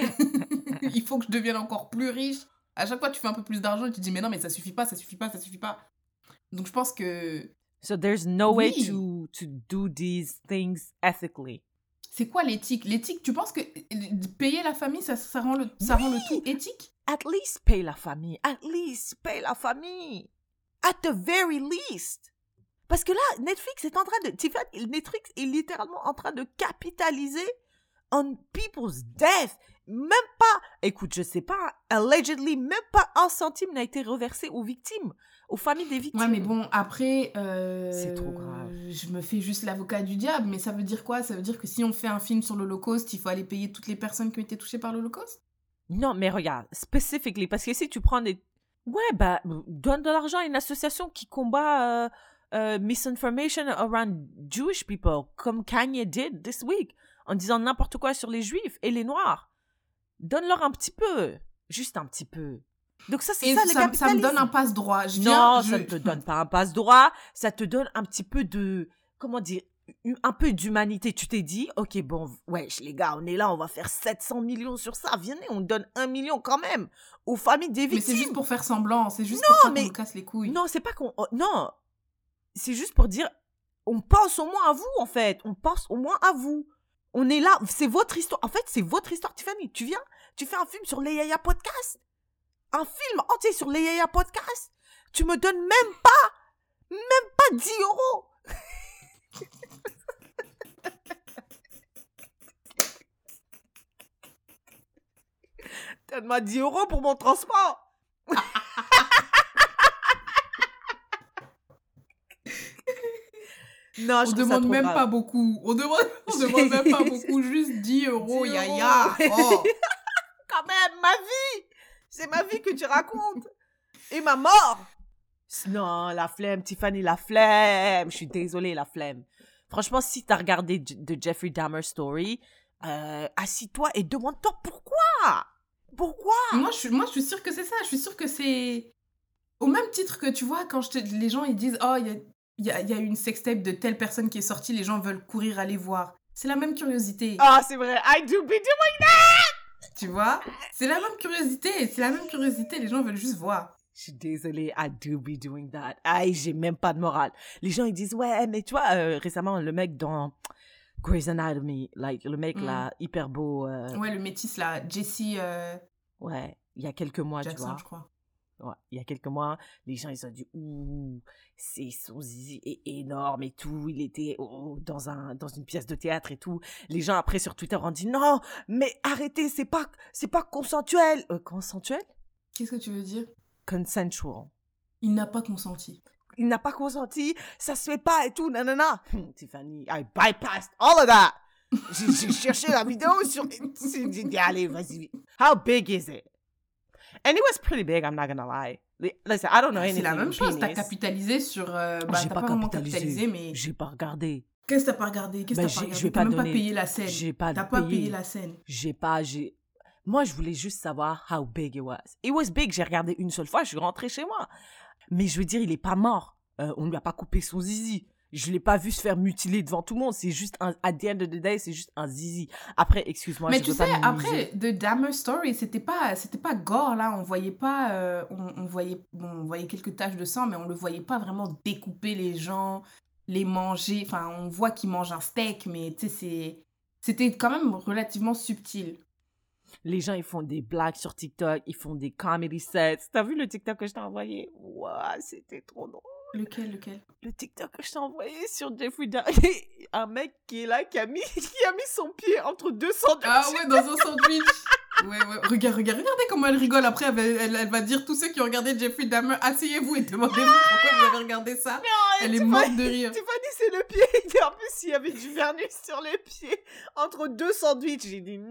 Il faut que je devienne encore plus riche. À chaque fois, tu fais un peu plus d'argent et tu dis, mais non, mais ça suffit pas, ça suffit pas, ça suffit pas. Donc, je pense que... So there's no way Oui. to, to do these things ethically. C'est quoi l'éthique? L'éthique, tu penses que euh, payer la famille, ça, ça, rend, le, ça rend le tout éthique? At least paye la famille. At least paye la famille. At the very least. Parce que là, Netflix est en train de... Tiffany, Netflix est littéralement en train de capitaliser on people's death. Même pas... Écoute, je sais pas, allegedly, même pas un centime n'a été reversé aux victimes, aux familles des victimes. Ouais, mais bon, après... euh, C'est trop grave. Je me fais juste l'avocat du diable, mais ça veut dire quoi? Ça veut dire que si on fait un film sur l'Holocauste, il faut aller payer toutes les personnes qui ont été touchées par l'Holocauste? Non, mais regarde, specifically, parce que si tu prends des... Ouais, bah, donne de l'argent à une association qui combat euh, euh, misinformation around Jewish people, comme Kanye did this week, en disant n'importe quoi sur les Juifs et les Noirs. Donne-leur un petit peu, juste un petit peu. Donc ça, c'est Et ça, le ça, ça capitalisme. me donne un passe-droit. Je viens, Non, je- ça ne te donne pas un passe-droit, ça te donne un petit peu de... Comment dire? un peu d'humanité. Tu t'es dit, ok, bon, wesh, les gars, on est là, on va faire sept cents millions sur ça. Venez, on donne un million quand même aux familles des victimes. Mais c'est juste pour faire semblant, c'est juste non, pour pas mais... qu'on nous casse les couilles. Non, c'est pas qu'on... Non, c'est juste pour dire, on pense au moins à vous, en fait. On pense au moins à vous. On est là, c'est votre histoire. En fait, c'est votre histoire, Tiffany. Tu viens, tu fais un film sur les Yaya Podcast. Un film entier sur les Yaya Podcast. Tu me donnes même pas, même pas dix euros. Donne-moi dix euros pour mon transport. Non, je on demande même grave. pas beaucoup. On demande, on demande même pas beaucoup. Juste dix euros, Yaya. Oh. Quand même, ma vie. C'est ma vie que tu racontes. Et ma mort. Non, la flemme, Tiffany, la flemme. Je suis désolée, la flemme. Franchement, si t'as regardé The Jeffrey Dahmer Story, euh, assis-toi et demande-toi pourquoi. Pourquoi? Moi je, moi, je suis sûre que c'est ça. Je suis sûre que c'est... Au même titre que, tu vois, quand je te... les gens, ils disent « Oh, il y a, y, a, y a une sextape de telle personne qui est sortie, les gens veulent courir aller voir. » C'est la même curiosité. Ah, oh, c'est vrai. I do be doing that! Tu vois? C'est la même curiosité. C'est la même curiosité. Les gens veulent juste voir. Je suis désolée, I do be doing that. Aïe, j'ai même pas de morale. Les gens, ils disent « Ouais, mais tu vois, euh, récemment, le mec dans... » Grey's Anatomy, like, le mec, mm. là, hyper beau. Euh... Ouais, le métis, là, Jesse... Euh... Ouais, il y a quelques mois, Jackson, tu vois. je crois. Ouais, il y a quelques mois, les gens, ils ont dit, ouh, c'est son zizi est énorme et tout. Il était oh, dans, un, dans une pièce de théâtre et tout. Les gens, après, sur Twitter, ont dit, non, mais arrêtez, c'est pas, c'est pas consensuel. Euh, consensuel? Qu'est-ce que tu veux dire? Consensual. Il n'a pas consenti. Il n'a pas consenti, ça se fait pas et tout, nanana. Tiffany, I bypassed all of that. j'ai, j'ai cherché la vidéo sur... J'ai dit, allez, vas-y. How big is it? And it was pretty big, I'm not gonna lie. Listen, I don't know anything. C'est la même chose, t'as capitalisé sur... Euh, bah, j'ai t'as pas, pas capitalisé. capitalisé, mais... J'ai pas regardé. Qu'est-ce que t'as pas regardé? Qu'est-ce que bah, t'as pas regardé? Je vais t'as pas même donner... pas payé la scène. J'ai pas T'as payé. pas payé la scène. J'ai pas... J'ai... Moi, je voulais juste savoir how big it was. It was big, j'ai regardé une seule fois, je suis rentrée chez moi. Mais je veux dire, il est pas mort. Euh, on lui a pas coupé son zizi. Je l'ai pas vu se faire mutiler devant tout le monde. C'est juste un... At the end of the day, c'est juste un zizi. Après, excuse-moi, mais je tu veux sais, pas après, The Dahmer Story, c'était pas, c'était pas gore, là. On voyait pas... Euh, on, on, voyait, bon, on voyait quelques taches de sang, mais on le voyait pas vraiment découper les gens, les manger. Enfin, on voit qu'ils mangent un steak, mais tu sais, c'est... C'était quand même relativement subtil. Les gens, ils font des blagues sur TikTok, ils font des comedy sets. T'as vu le TikTok que je t'ai envoyé? Waouh, c'était trop drôle. Lequel, lequel? Le TikTok que je t'ai envoyé sur Jeffrey Dahmer. Un mec qui est là, qui a mis, qui a mis son pied entre deux sandwichs. Ah ouais, dans un sandwich. Ouais, ouais. Regarde, regarde, regardez comment elle rigole. Après, elle, elle, elle va dire tous ceux qui ont regardé Jeffrey Dahmer, asseyez-vous et demandez-vous pourquoi vous avez regardé ça. Non, elle est morte pas, de rire. Tu m'as dit c'est le pied. Et en plus, il y avait du vernis sur les pieds entre deux sandwichs. J'ai dit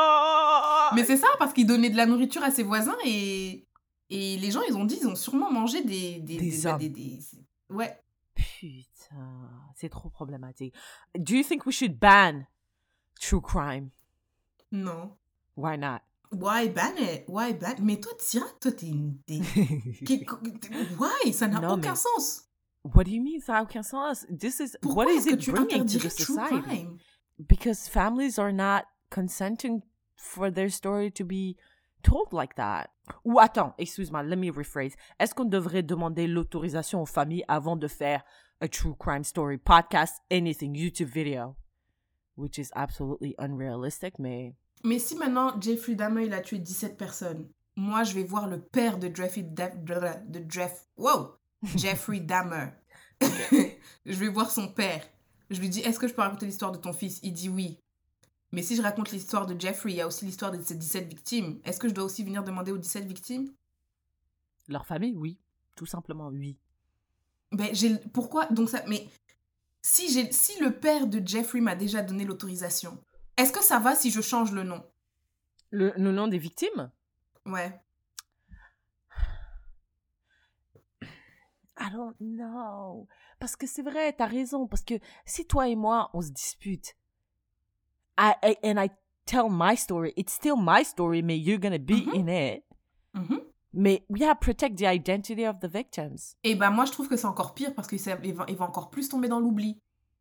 non. Mais c'est ça, parce qu'il donnait de la nourriture à ses voisins et... Et les gens, ils ont dit, ils ont sûrement mangé des... Des, des, des, hommes. des, des, des... Ouais. Putain, c'est trop problématique. Do you think we should ban true crime? Non. Why not? Why ban it? Why ban... Mais toi, Tira, toi, t'es une... T'es... Why? Ça n'a non, aucun mais... sens. What do you mean, ça n'a aucun sens? This is... Pourquoi what est-ce is que it tu bringing to the society? Crime? Because families are not consenting for their story to be told like that. Ou attends, excuse-moi, let me rephrase. Est-ce qu'on devrait demander l'autorisation aux familles avant de faire a true crime story, podcast, anything, YouTube video? Which is absolutely unrealistic, mais... Mais si maintenant Jeffrey Dahmer, il a tué dix-sept personnes, moi, je vais voir le père de Jeffrey... De Jeff... Wow! Jeffrey Dahmer. Je vais voir son père. Je lui dis, est-ce que je peux raconter l'histoire de ton fils? Il dit oui. Mais si je raconte l'histoire de Jeffrey, il y a aussi l'histoire de ces dix-sept victimes. Est-ce que je dois aussi venir demander aux dix-sept victimes? Leur famille, oui. Tout simplement, oui. Ben, j'ai... Pourquoi? Donc ça... Mais si, j'ai... si le père de Jeffrey m'a déjà donné l'autorisation, est-ce que ça va si je change le nom? Le, le nom des victimes? Ouais. I don't know. Parce que c'est vrai, t'as raison. Parce que si toi et moi, on se dispute, I, I, and I tell my story, it's still my story, mais you're gonna be mm-hmm. in it. Mm-hmm. Mais, yeah, protect the identity of the victims. Et ben moi, je trouve que c'est encore pire parce qu'il va, il va encore plus tomber dans l'oubli.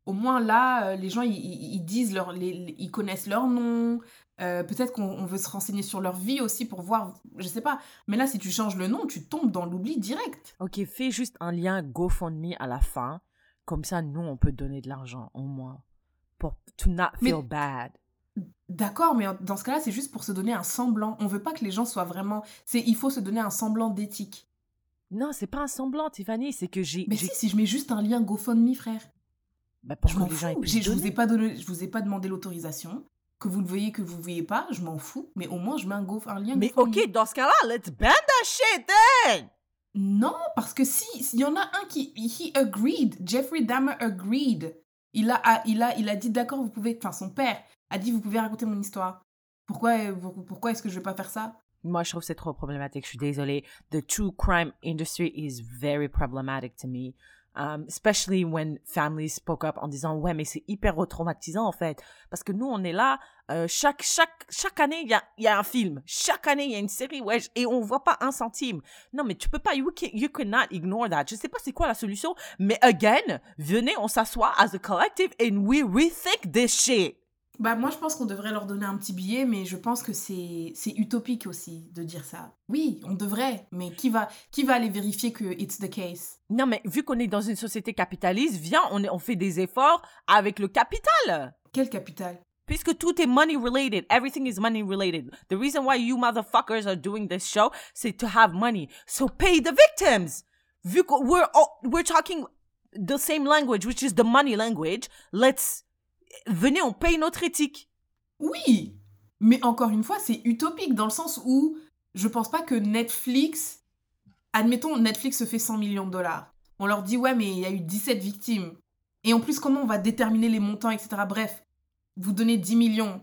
au moins là, euh, les gens, ils, ils- ils disent leur, les, les- ils connaissent leur nom. Euh, peut-être qu'on on veut se renseigner sur leur vie aussi pour voir, je sais pas. Mais là, si tu changes le nom, tu tombes dans l'oubli direct. Ok, fais juste un lien GoFundMe à la fin. Comme ça, nous, on peut donner de l'argent, au moins. Pour to not Mais- feel bad. D'accord, mais dans ce cas-là, c'est juste pour se donner un semblant. On veut pas que les gens soient vraiment... C'est, il faut se donner un semblant d'éthique. Non, c'est pas un semblant, Tiffany. C'est que j'ai... Mais j'ai- si, si je mets juste un lien GoFundMe, frère. Bah, pour Je que m'en les gens aient fous. pu J'ai- se Je vous donner. ai pas donné, je vous ai pas demandé l'autorisation. Que vous le voyez, que vous le voyez pas, je m'en fous. Mais au moins, je mets un, go, un lien Mais GoFundMe. ok, dans ce cas-là, let's ban that shit then! Non, parce que si, s'il y en a un qui... He agreed. Jeffrey Dahmer agreed. Il a, a- il a, il a dit d'accord, vous pouvez... Enfin, son père a dit, vous pouvez raconter mon histoire. Pourquoi, euh, pour- pourquoi est-ce que je vais pas faire ça? Moi, je trouve que c'est trop problématique. Je suis désolée. The true crime industry is very problematic to me. Um, especially when families spoke up en disant, ouais, mais c'est hyper retraumatisant, en fait. Parce que nous, on est là, euh, chaque, chaque, chaque année, il y a, il y a un film. Chaque année, il y a une série, ouais, et on voit pas un centime. Non, mais tu peux pas, you, can, you cannot ignore that. Je sais pas c'est quoi la solution, mais again, venez, on s'assoit as a collective and we rethink this shit. Bah, moi, je pense qu'on devrait leur donner un petit billet, mais je pense que c'est, c'est utopique aussi de dire ça. Oui, on devrait, mais qui va, qui va aller vérifier que it's the case? Non, mais vu qu'on est dans une société capitaliste, viens, on, est, on fait des efforts avec le capital. Quel capital? Puisque tout est money related. Everything is money related. The reason why you motherfuckers are doing this show, c'est to have money. So pay the victims. Vu que we're, all, we're talking the same language, which is the money language, let's... Venez, on paye notre éthique. Oui, mais encore une fois, c'est utopique dans le sens où je pense pas que Netflix... Admettons, Netflix se fait cent millions de dollars. On leur dit, ouais, mais il y a eu dix-sept victimes. Et en plus, comment on va déterminer les montants, et cetera. Bref, vous donnez dix millions.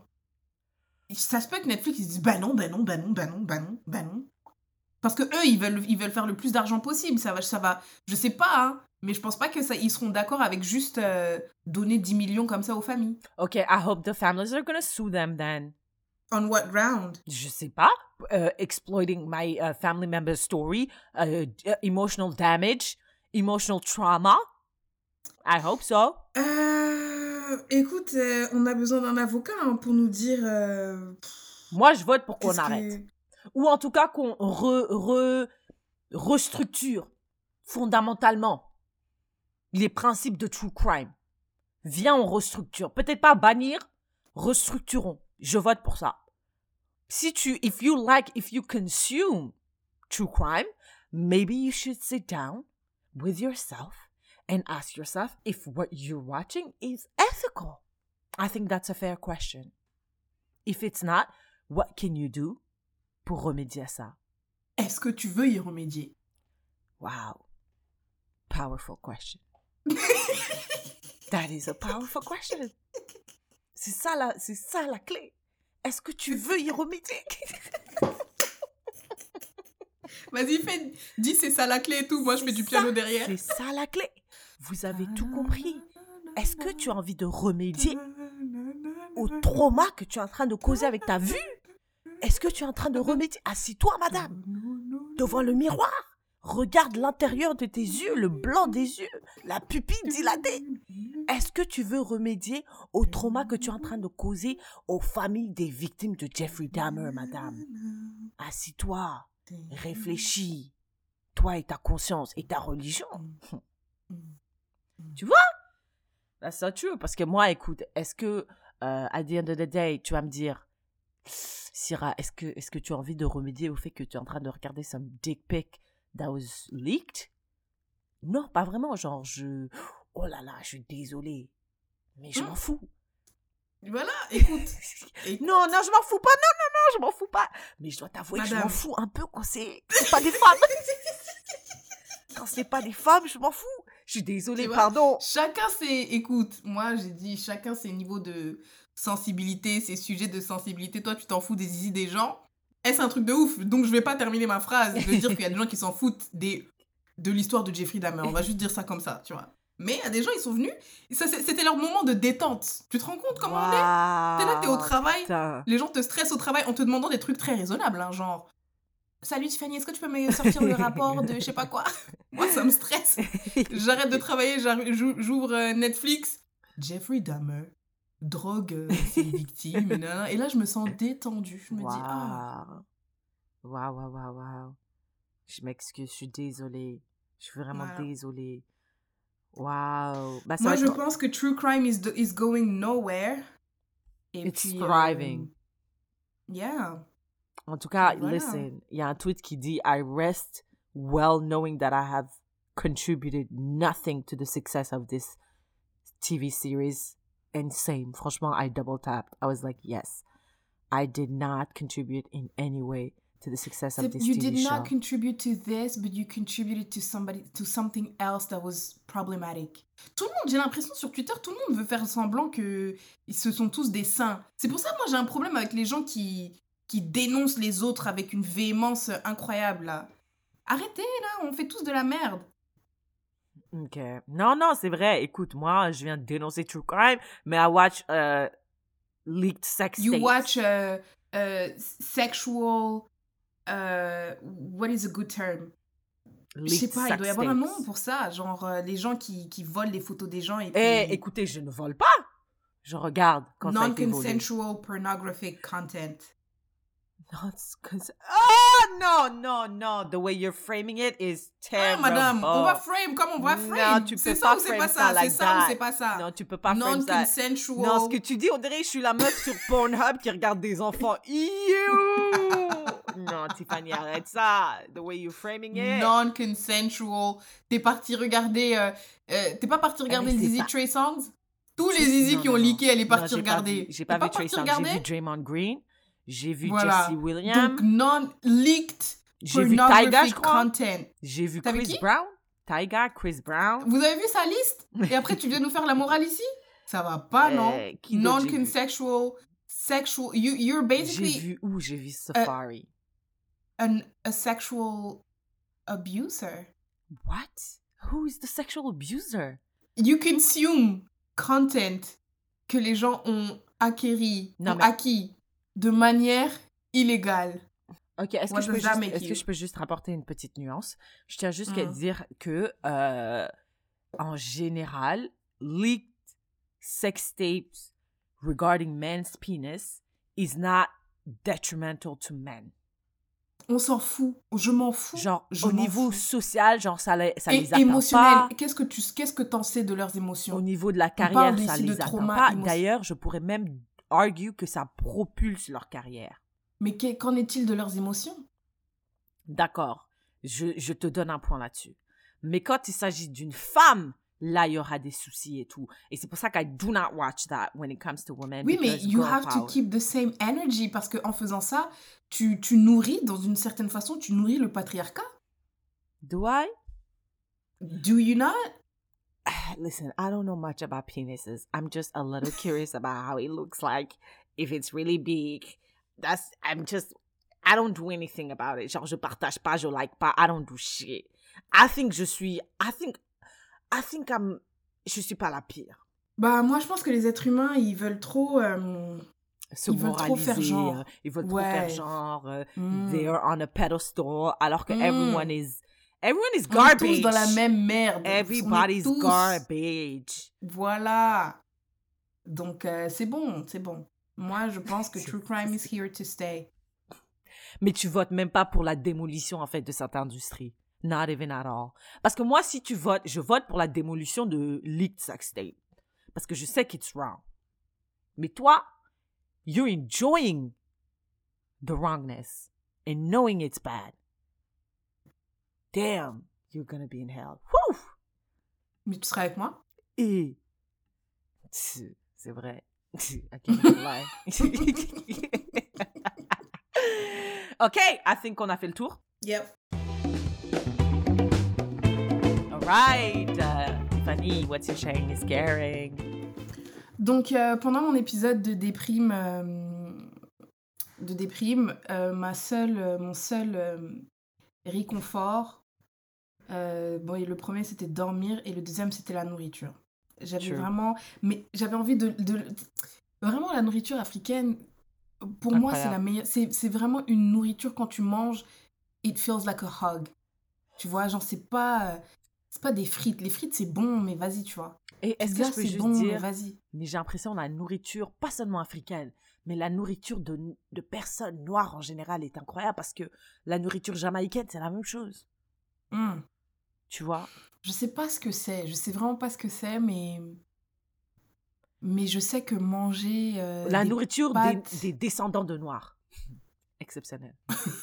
Ça se peut que Netflix, ils disent, bah non, bah non, bah non, bah non, bah non, bah non. Parce que eux, ils veulent, ils veulent faire le plus d'argent possible. Ça va, ça va. Je sais pas, hein, mais je pense pas que ça, ils seront d'accord avec juste euh, donner dix millions comme ça aux familles. Ok, I hope the families are gonna sue them then. On what ground? Je sais pas. Uh, exploiting my uh, family member's story, uh, uh, emotional damage, emotional trauma. I hope so. Euh, écoute, euh, on a besoin d'un avocat hein, pour nous dire. Euh, Moi, je vote pour qu'on qu'est-ce arrête. que- Ou en tout cas qu'on re, re, restructure fondamentalement les principes de true crime. Viens, on restructure. Peut-être pas bannir, restructurons. Je vote pour ça. Si tu, if you like, if you consume true crime, maybe you should sit down with yourself and ask yourself if what you're watching is ethical. I think that's a fair question. If it's not, what can you do pour remédier à ça? Est-ce que tu veux y remédier? Wow. Powerful question. That is a powerful question. C'est ça la, c'est ça la clé. Est-ce que tu veux y remédier? Vas-y, fais, dis c'est ça la clé et tout. Moi, je fais du piano Ça, derrière. C'est ça la clé. Vous avez tout compris. Est-ce que tu as envie de remédier au trauma que tu es en train de causer avec ta vue? Est-ce que tu es en train de remédier? Assis-toi, madame, devant le miroir. Regarde l'intérieur de tes yeux, le blanc des yeux, la pupille dilatée. Est-ce que tu veux remédier au trauma que tu es en train de causer aux familles des victimes de Jeffrey Dahmer, madame? Assis-toi, réfléchis. Toi et ta conscience et ta religion. Tu vois? That's so true. Parce que moi, écoute, est-ce que, euh, at the end of the day, tu vas me dire, Syrah, est-ce que, est-ce que tu as envie de remédier au fait que tu es en train de regarder some dick pic that was leaked? Non, pas vraiment. Genre, je... Oh là là, je suis désolée. Mais je m'en fous. Voilà, écoute. écoute. Non, non, je m'en fous pas. Non, non, non, je m'en fous pas. Mais je dois t'avouer que je Madame. m'en fous un peu quand c'est c'est pas des femmes. Quand c'est pas des femmes, je m'en fous. Je suis désolée, Tu vois, pardon. Chacun ses... Écoute, moi, j'ai dit chacun ses niveaux de sensibilité, ses sujets de sensibilité. Toi, tu t'en fous des zizi des gens. Eh, c'est un truc de ouf. Donc, je vais pas terminer ma phrase de dire qu'il y a des gens qui s'en foutent des... de l'histoire de Jeffrey Dahmer. On va juste dire ça comme ça, tu vois. Mais il y a des gens, ils sont venus. Et ça, c'est- c'était leur moment de détente. Tu te rends compte comment on est? T'es là, t'es au travail. Putain. Les gens te stressent au travail en te demandant des trucs très raisonnables, hein, genre... Salut Tiffany, est-ce que tu peux me sortir le rapport de je sais pas quoi? Moi, ça me stresse. J'arrête de travailler, j'arri- j'ou- j'ouvre euh, Netflix. Jeffrey Dahmer drogue euh, ses victimes. Et, nanana. Et là, je me sens détendue. Je me Wow. dis, ah, Wow, wow, wow, wow. Je m'excuse, je suis désolée. Je suis vraiment voilà. désolée. Wow. Bah, ça Moi, va je être... pense que True Crime is, the- is going nowhere. Et It's puis, thriving. euh, yeah. En tout cas, Voilà. listen, il y a un tweet qui dit I rest well knowing that I have contributed nothing to the success of this T V series. And same. Franchement, I double tapped. I was like, yes, I did not contribute in any way to the success of C'est- this You T V did show. not contribute to this, but you contributed to somebody to something else that was problematic. Tout le monde, j'ai l'impression sur Twitter, tout le monde veut faire semblant que ils se sont tous des saints. C'est pour ça que moi j'ai un problème avec les gens qui qui dénoncent les autres avec une véhémence incroyable là. Arrêtez là, on fait tous de la merde. Ok. Non, non, c'est vrai. Écoute, moi, je viens de dénoncer True Crime, mais I watch uh, leaked sex You tapes. watch uh, uh, sexual uh, what is a good term? Je sais Leaked pas, il sex doit y avoir un tapes. nom pour ça, genre euh, les gens qui, qui volent des photos des gens et puis Eh, écoutez, je ne vole pas. Je regarde quand ça a été volé. non-consensual pornographic content. Non, cons- oh, non, non, non. The way you're framing it is Ah, terrible. madame, on va frame comme on va Non, frame. tu C'est peux ça pas ou c'est frame pas ça ça? C'est like ça ou that. c'est pas ça? Non, tu peux pas frame ça. Non-consensual. Non, ce que tu dis, on dirait que je suis la meuf sur Pornhub qui regarde des enfants. You! Non, Tiffany, arrête ça. The way you're framing it. Non-consensual. T'es parti regarder. euh, euh, T'es pas parti regarder mais les c'est Zizi pas- Trey Songs? Tous les C'est- Zizi non, qui non, ont non. leaké, elle est Non, partie j'ai pas regarder. vu- J'ai T'es pas vu parti Trey Songz, regarder? j'ai vu Draymond Green, j'ai vu Voilà. Jesse Williams, Donc, non-leaked j'ai vu Tyga, je pornographic crois, content. j'ai vu T'as vu Chris qui? Brown, Tyga, Chris Brown. Vous avez vu sa liste? Et après, tu viens nous faire la morale ici? Ça va pas, non? Euh, qui d'autre j'ai vu? Non-consensual, sexual. You, you're J'ai basically vu où? J'ai vu Safari. an, a sexual abuser. What? Who is the sexual abuser? You consume content que les gens ont acquéri, Non, ont mais- acquis de manière illégale. Ok, est-ce que, What je peux does that juste, make est-ce que you? je peux juste rapporter une petite nuance? Je tiens juste à Mm. dire que, euh, en général, leaked sex tapes regarding men's penis is not detrimental to men. On s'en fout. Je m'en fous. Genre, Je au m'en niveau fous. social, genre, ça, les- ça Et les atteint émotionnel. pas. Qu'est-ce que tu qu'est-ce que t'en sais de leurs émotions? Au niveau de la parle carrière, ça ici de les atteint trauma pas. émotion- D'ailleurs, je pourrais même argue que ça propulse leur carrière. Mais qu'est- qu'en est-il de leurs émotions? D'accord, je, je te donne un point là-dessus. Mais quand il s'agit d'une femme, là, il y aura des soucis et tout. Et c'est pour ça que I do not watch that when it comes to women. Oui, mais because you girl have to power. keep the same energy parce qu'en faisant ça, tu, tu nourris, dans une certaine façon, tu nourris le patriarcat. Do I? Do you not? Listen, I don't know much about penises. I'm just a little curious about how it looks like. If it's really big. That's, I'm just, I don't do anything about it. Genre, je partage pas, je like pas. I don't do shit. I think je suis, I think, I think I'm, je suis pas la pire. Bah, moi, je pense que les êtres humains, ils veulent trop... euh, Se Ils veulent trop faire moraliser, genre. euh, ils veulent Ouais. trop faire genre, euh, hmm, they're on a pedestal, alors que Mm. everyone is, everyone is on est garbage. tous dans la même merde. On est Everybody's tous- garbage. Voilà. Donc, euh, c'est bon, c'est bon. Moi, je pense que True Crime is here to stay. Mais tu votes même pas pour la démolition, en fait, de cette industrie. Not even at all. Parce que moi, si tu votes, je vote pour la démolition de leaked sex tape. Parce que je sais qu'it's wrong. Mais toi, you're enjoying the wrongness and knowing it's bad. Damn, you're gonna be in hell. Whew! Mais tu seras avec moi? Et... C'est c'est vrai. I can't even lie. OK, I think qu'on a fait le tour. Yep. All right. Uh, Tiffany, what's your sharing is caring? Donc, euh, pendant mon épisode de déprime, euh, de déprime euh, ma seule, euh, mon seul euh, réconfort, euh, bon, et le premier, c'était dormir, et le deuxième, c'était la nourriture. J'avais True. vraiment... Mais j'avais envie de, de... Vraiment, la nourriture africaine, pour moi, c'est la Incroyable. meilleure... C'est, c'est vraiment une nourriture, quand tu manges, it feels like a hug. Tu vois, genre, c'est pas... euh, C'est pas des frites. Les frites, c'est bon, mais vas-y, tu vois. Et est-ce que Pizza, je peux c'est juste bon, mais dire, vas-y. mais j'ai l'impression que la nourriture, pas seulement africaine, mais la nourriture de, de personnes noires en général est incroyable parce que la nourriture jamaïcaine, c'est la même chose. Hmm. Tu vois? Je sais pas ce que c'est. Je sais vraiment pas ce que c'est, mais... Mais je sais que manger euh, La des nourriture des, pâtes... des descendants de noirs. Exceptionnel.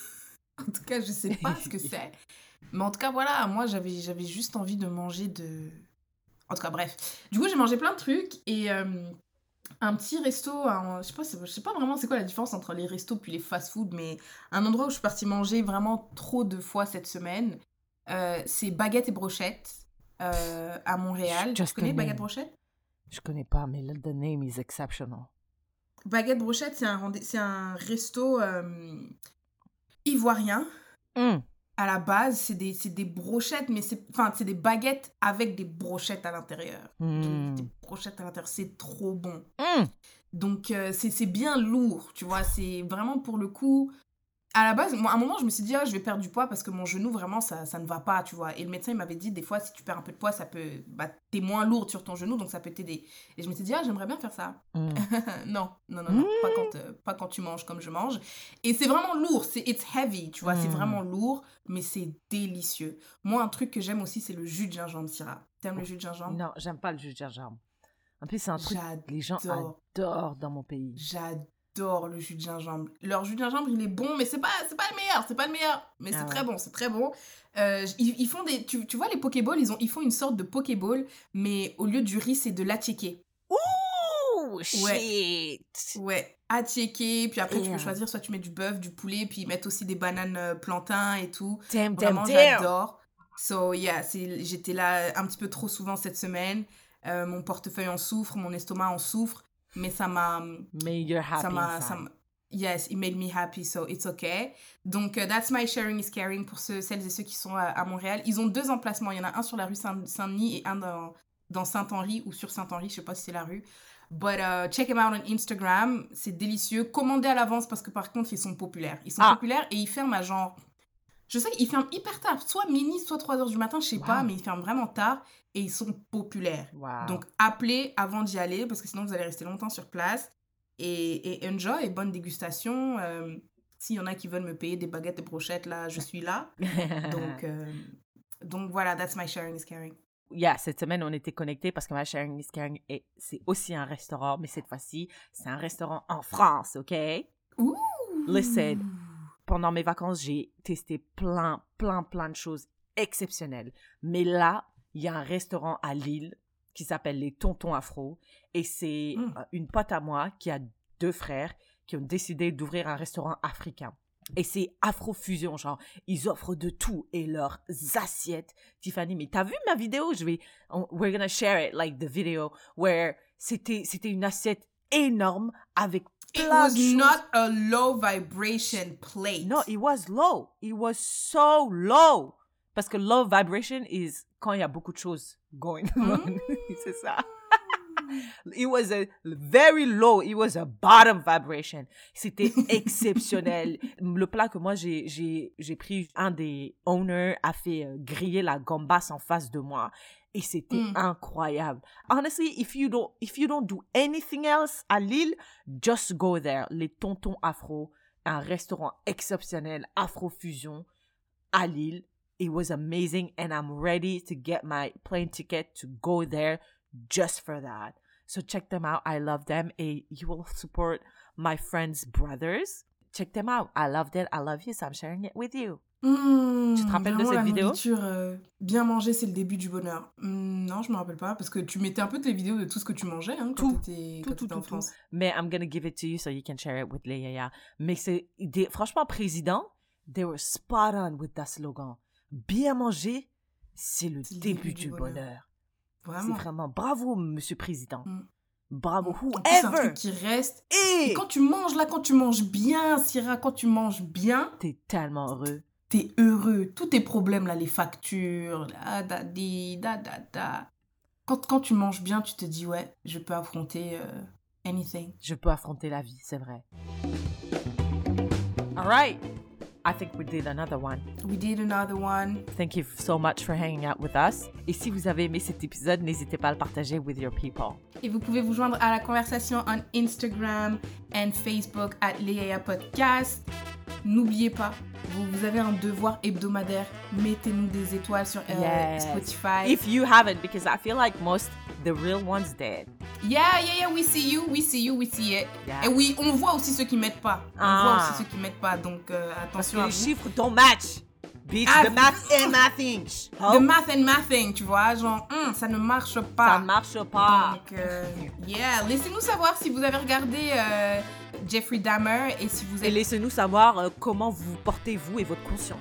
En tout cas, je sais pas ce que c'est. Mais en tout cas, voilà, moi, j'avais, j'avais juste envie de manger de... En tout cas, bref. Du coup, j'ai mangé plein de trucs et euh, un petit resto, un- je sais pas, c'est- je sais pas vraiment c'est quoi la différence entre les restos puis les fast-food, mais un endroit où je suis partie manger vraiment trop de fois cette semaine, euh, c'est Baguette et Brochette euh, à Montréal. Tu Just the connais Baguette name. Brochette? Je connais pas, mais le the name is exceptional. Baguette Brochette, c'est un, rendez- c'est un resto euh, ivoirien. Mm. À la base, c'est des, c'est des brochettes, mais c'est, enfin, c'est des baguettes avec des brochettes à l'intérieur. Mm. Des brochettes à l'intérieur, c'est trop bon. Mm. Donc, euh, c'est, c'est bien lourd, tu vois. C'est vraiment pour le coup... À la base, moi, à un moment, je me suis dit, ah, je vais perdre du poids parce que mon genou, vraiment, ça, ça ne va pas, tu vois. Et le médecin, il m'avait dit, des fois, si tu perds un peu de poids, ça peut... Bah, t'es moins lourde sur ton genou, donc ça peut t'aider. Et je me suis dit, ah, j'aimerais bien faire ça. Mm. non, non, non, non, pas quand, euh, pas quand tu manges comme je mange. Et c'est vraiment lourd, c'est it's heavy, tu vois, c'est Mm. vraiment lourd, mais c'est délicieux. Moi, un truc que j'aime aussi, c'est le jus de gingembre, Syrah. T'aimes le jus de gingembre? Non, j'aime pas le jus de gingembre. En plus, c'est un truc que les gens J'adore. adorent dans mon pays. J'adore le jus de gingembre. Leur jus de gingembre, il est bon, mais c'est pas, c'est pas le meilleur, c'est pas le meilleur. Mais Ah c'est ouais. très bon, c'est très bon. Euh, ils, ils font des, tu, tu vois, les Pokéballs, ils, ont, ils font une sorte de Pokéball, mais au lieu du riz, c'est de l'attiéké. Ouh, Ouais. shit! Ouais, attiéké, puis après tu peux Yeah. choisir, soit tu mets du bœuf, du poulet, puis ils mettent aussi des bananes euh, plantains et tout. Damn, damn, Vraiment, damn! j'adore. So, yeah, c'est, j'étais là un petit peu trop souvent cette semaine. Euh, mon portefeuille en souffre, mon estomac en souffre, mais ça m'a... Mais you're happy ça m'a, ça inside. m'a- Yes, it made me happy, so it's okay. Donc, euh, that's my sharing is caring pour ceux, celles et ceux qui sont à, à Montréal. Ils ont deux emplacements. Il y en a un sur la rue Saint- Saint-Denis et un dans, dans Saint-Henri ou sur Saint-Henri, je sais pas si c'est la rue. But uh, check them out on Instagram, c'est délicieux. Commandez à l'avance parce que par contre, ils sont populaires. Ils sont Ah. populaires et ils ferment à genre... Je sais qu'ils ferment hyper tard, soit minuit, soit trois heures du matin, je sais Wow. pas, mais ils ferment vraiment tard et ils sont populaires. Wow. Donc, appelez avant d'y aller parce que sinon, vous allez rester longtemps sur place. Et, et enjoy, bonne dégustation. Euh, S'il y en a qui veulent me payer des baguettes et brochettes, là, je suis là. Donc, euh, donc voilà, that's my sharing is caring. Yeah, cette semaine, on était connectés parce que ma sharing is caring, est- c'est aussi un restaurant, mais cette fois-ci, c'est un restaurant en France, OK? Ouh! Listen, pendant mes vacances, j'ai testé plein, plein, plein de choses exceptionnelles. Mais là, il y a un restaurant à Lille qui s'appelle les Tontons Afro. Et c'est Mm. euh, une pote à moi qui a deux frères qui ont décidé d'ouvrir un restaurant africain. Et c'est Afro-fusion, genre, ils offrent de tout. Et leurs assiettes, Tiffany, mais t'as vu ma vidéo? Je vais, on- we're gonna share it, like the video, where c'était, c'était une assiette énorme avec It plein was de choses. not a low vibration plate. No, it was low. It was so low. Parce que low vibration is quand il y a beaucoup de choses going on. Mm. C'est ça. It was a very low. It was a bottom vibration. C'était exceptionnel. Le plat que moi, j'ai, j'ai, j'ai pris, un des owners a fait euh, griller la gambas en face de moi. Et c'était Mm. incroyable. Honestly, if you don't, if you don't do anything else à Lille, just go there. Les Tontons Afro, un restaurant exceptionnel, Afro-fusion à Lille. It was amazing and I'm ready to get my plane ticket to go there just for that. So check them out. I love them. And you will support my friends' brothers. Check them out. I loved it. I love you. So I'm sharing it with you. Mm, Tu te rappelles de vraiment, cette la vidéo? nourriture, euh, bien manger, c'est le début du bonheur. Mm, non, je me rappelle pas, parce que tu mettais un peu tes vidéos de tout ce que tu mangeais hein, quand Tout, t'étais tout, quand tout, t'étais en tout, tout. France. Mais I'm gonna give it to you so you can share it with Leia. Mais c'est, des- franchement, président, they were spot on with that slogan. Bien manger, c'est le C'est le début du bonheur. C'est Vraiment. vraiment bravo, monsieur président. Mm. Bravo, En plus, c'est un whoever. truc qui reste. Et Et quand tu manges là, quand tu manges bien, Syrah, quand tu manges bien, t'es tellement heureux. t'es heureux. Tous tes problèmes là, les factures, da da di, da da da. Quand, quand tu manges bien, tu te dis ouais, je peux affronter euh, anything. Je peux affronter la vie, c'est vrai. All right. I think we did another one. We did another one. Thank you so much for hanging out with us. Et si vous avez aimé cet épisode, n'hésitez pas à le partager with your people. Et vous pouvez vous joindre à la conversation on Instagram and Facebook at Léa Podcast. N'oubliez pas, vous, vous avez un devoir hebdomadaire. Mettez-nous des étoiles sur euh, Yes. Spotify. If you haven't, because I feel like most, the real ones did. Yeah, yeah, yeah, we see you, we see you, we see it. Yeah. Et oui, on voit aussi ceux qui mettent pas. On Ah. voit aussi ceux qui mettent pas, donc euh, Parce que attention à les vous. chiffres don't match. Bitch, Ah, the math and mathing. The math and mathing, tu vois, genre, hum, ça ne marche pas. Ça marche pas. Donc, euh, yeah, laissez-nous savoir si vous avez regardé euh, Jeffrey Dahmer et si vous Et êtes... laissez-nous savoir euh, comment vous portez-vous et votre conscience.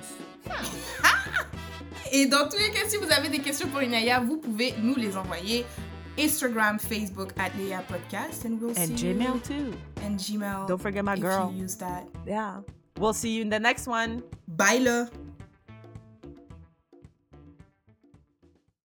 Et dans tous les cas, si vous avez des questions pour Inaya, vous pouvez nous les envoyer. Instagram, Facebook, at Léa Podcast, and we'll And see Gmail you. too. And Gmail. Don't forget my if girl. you use that. Yeah. We'll see you in the next one. Bye, là.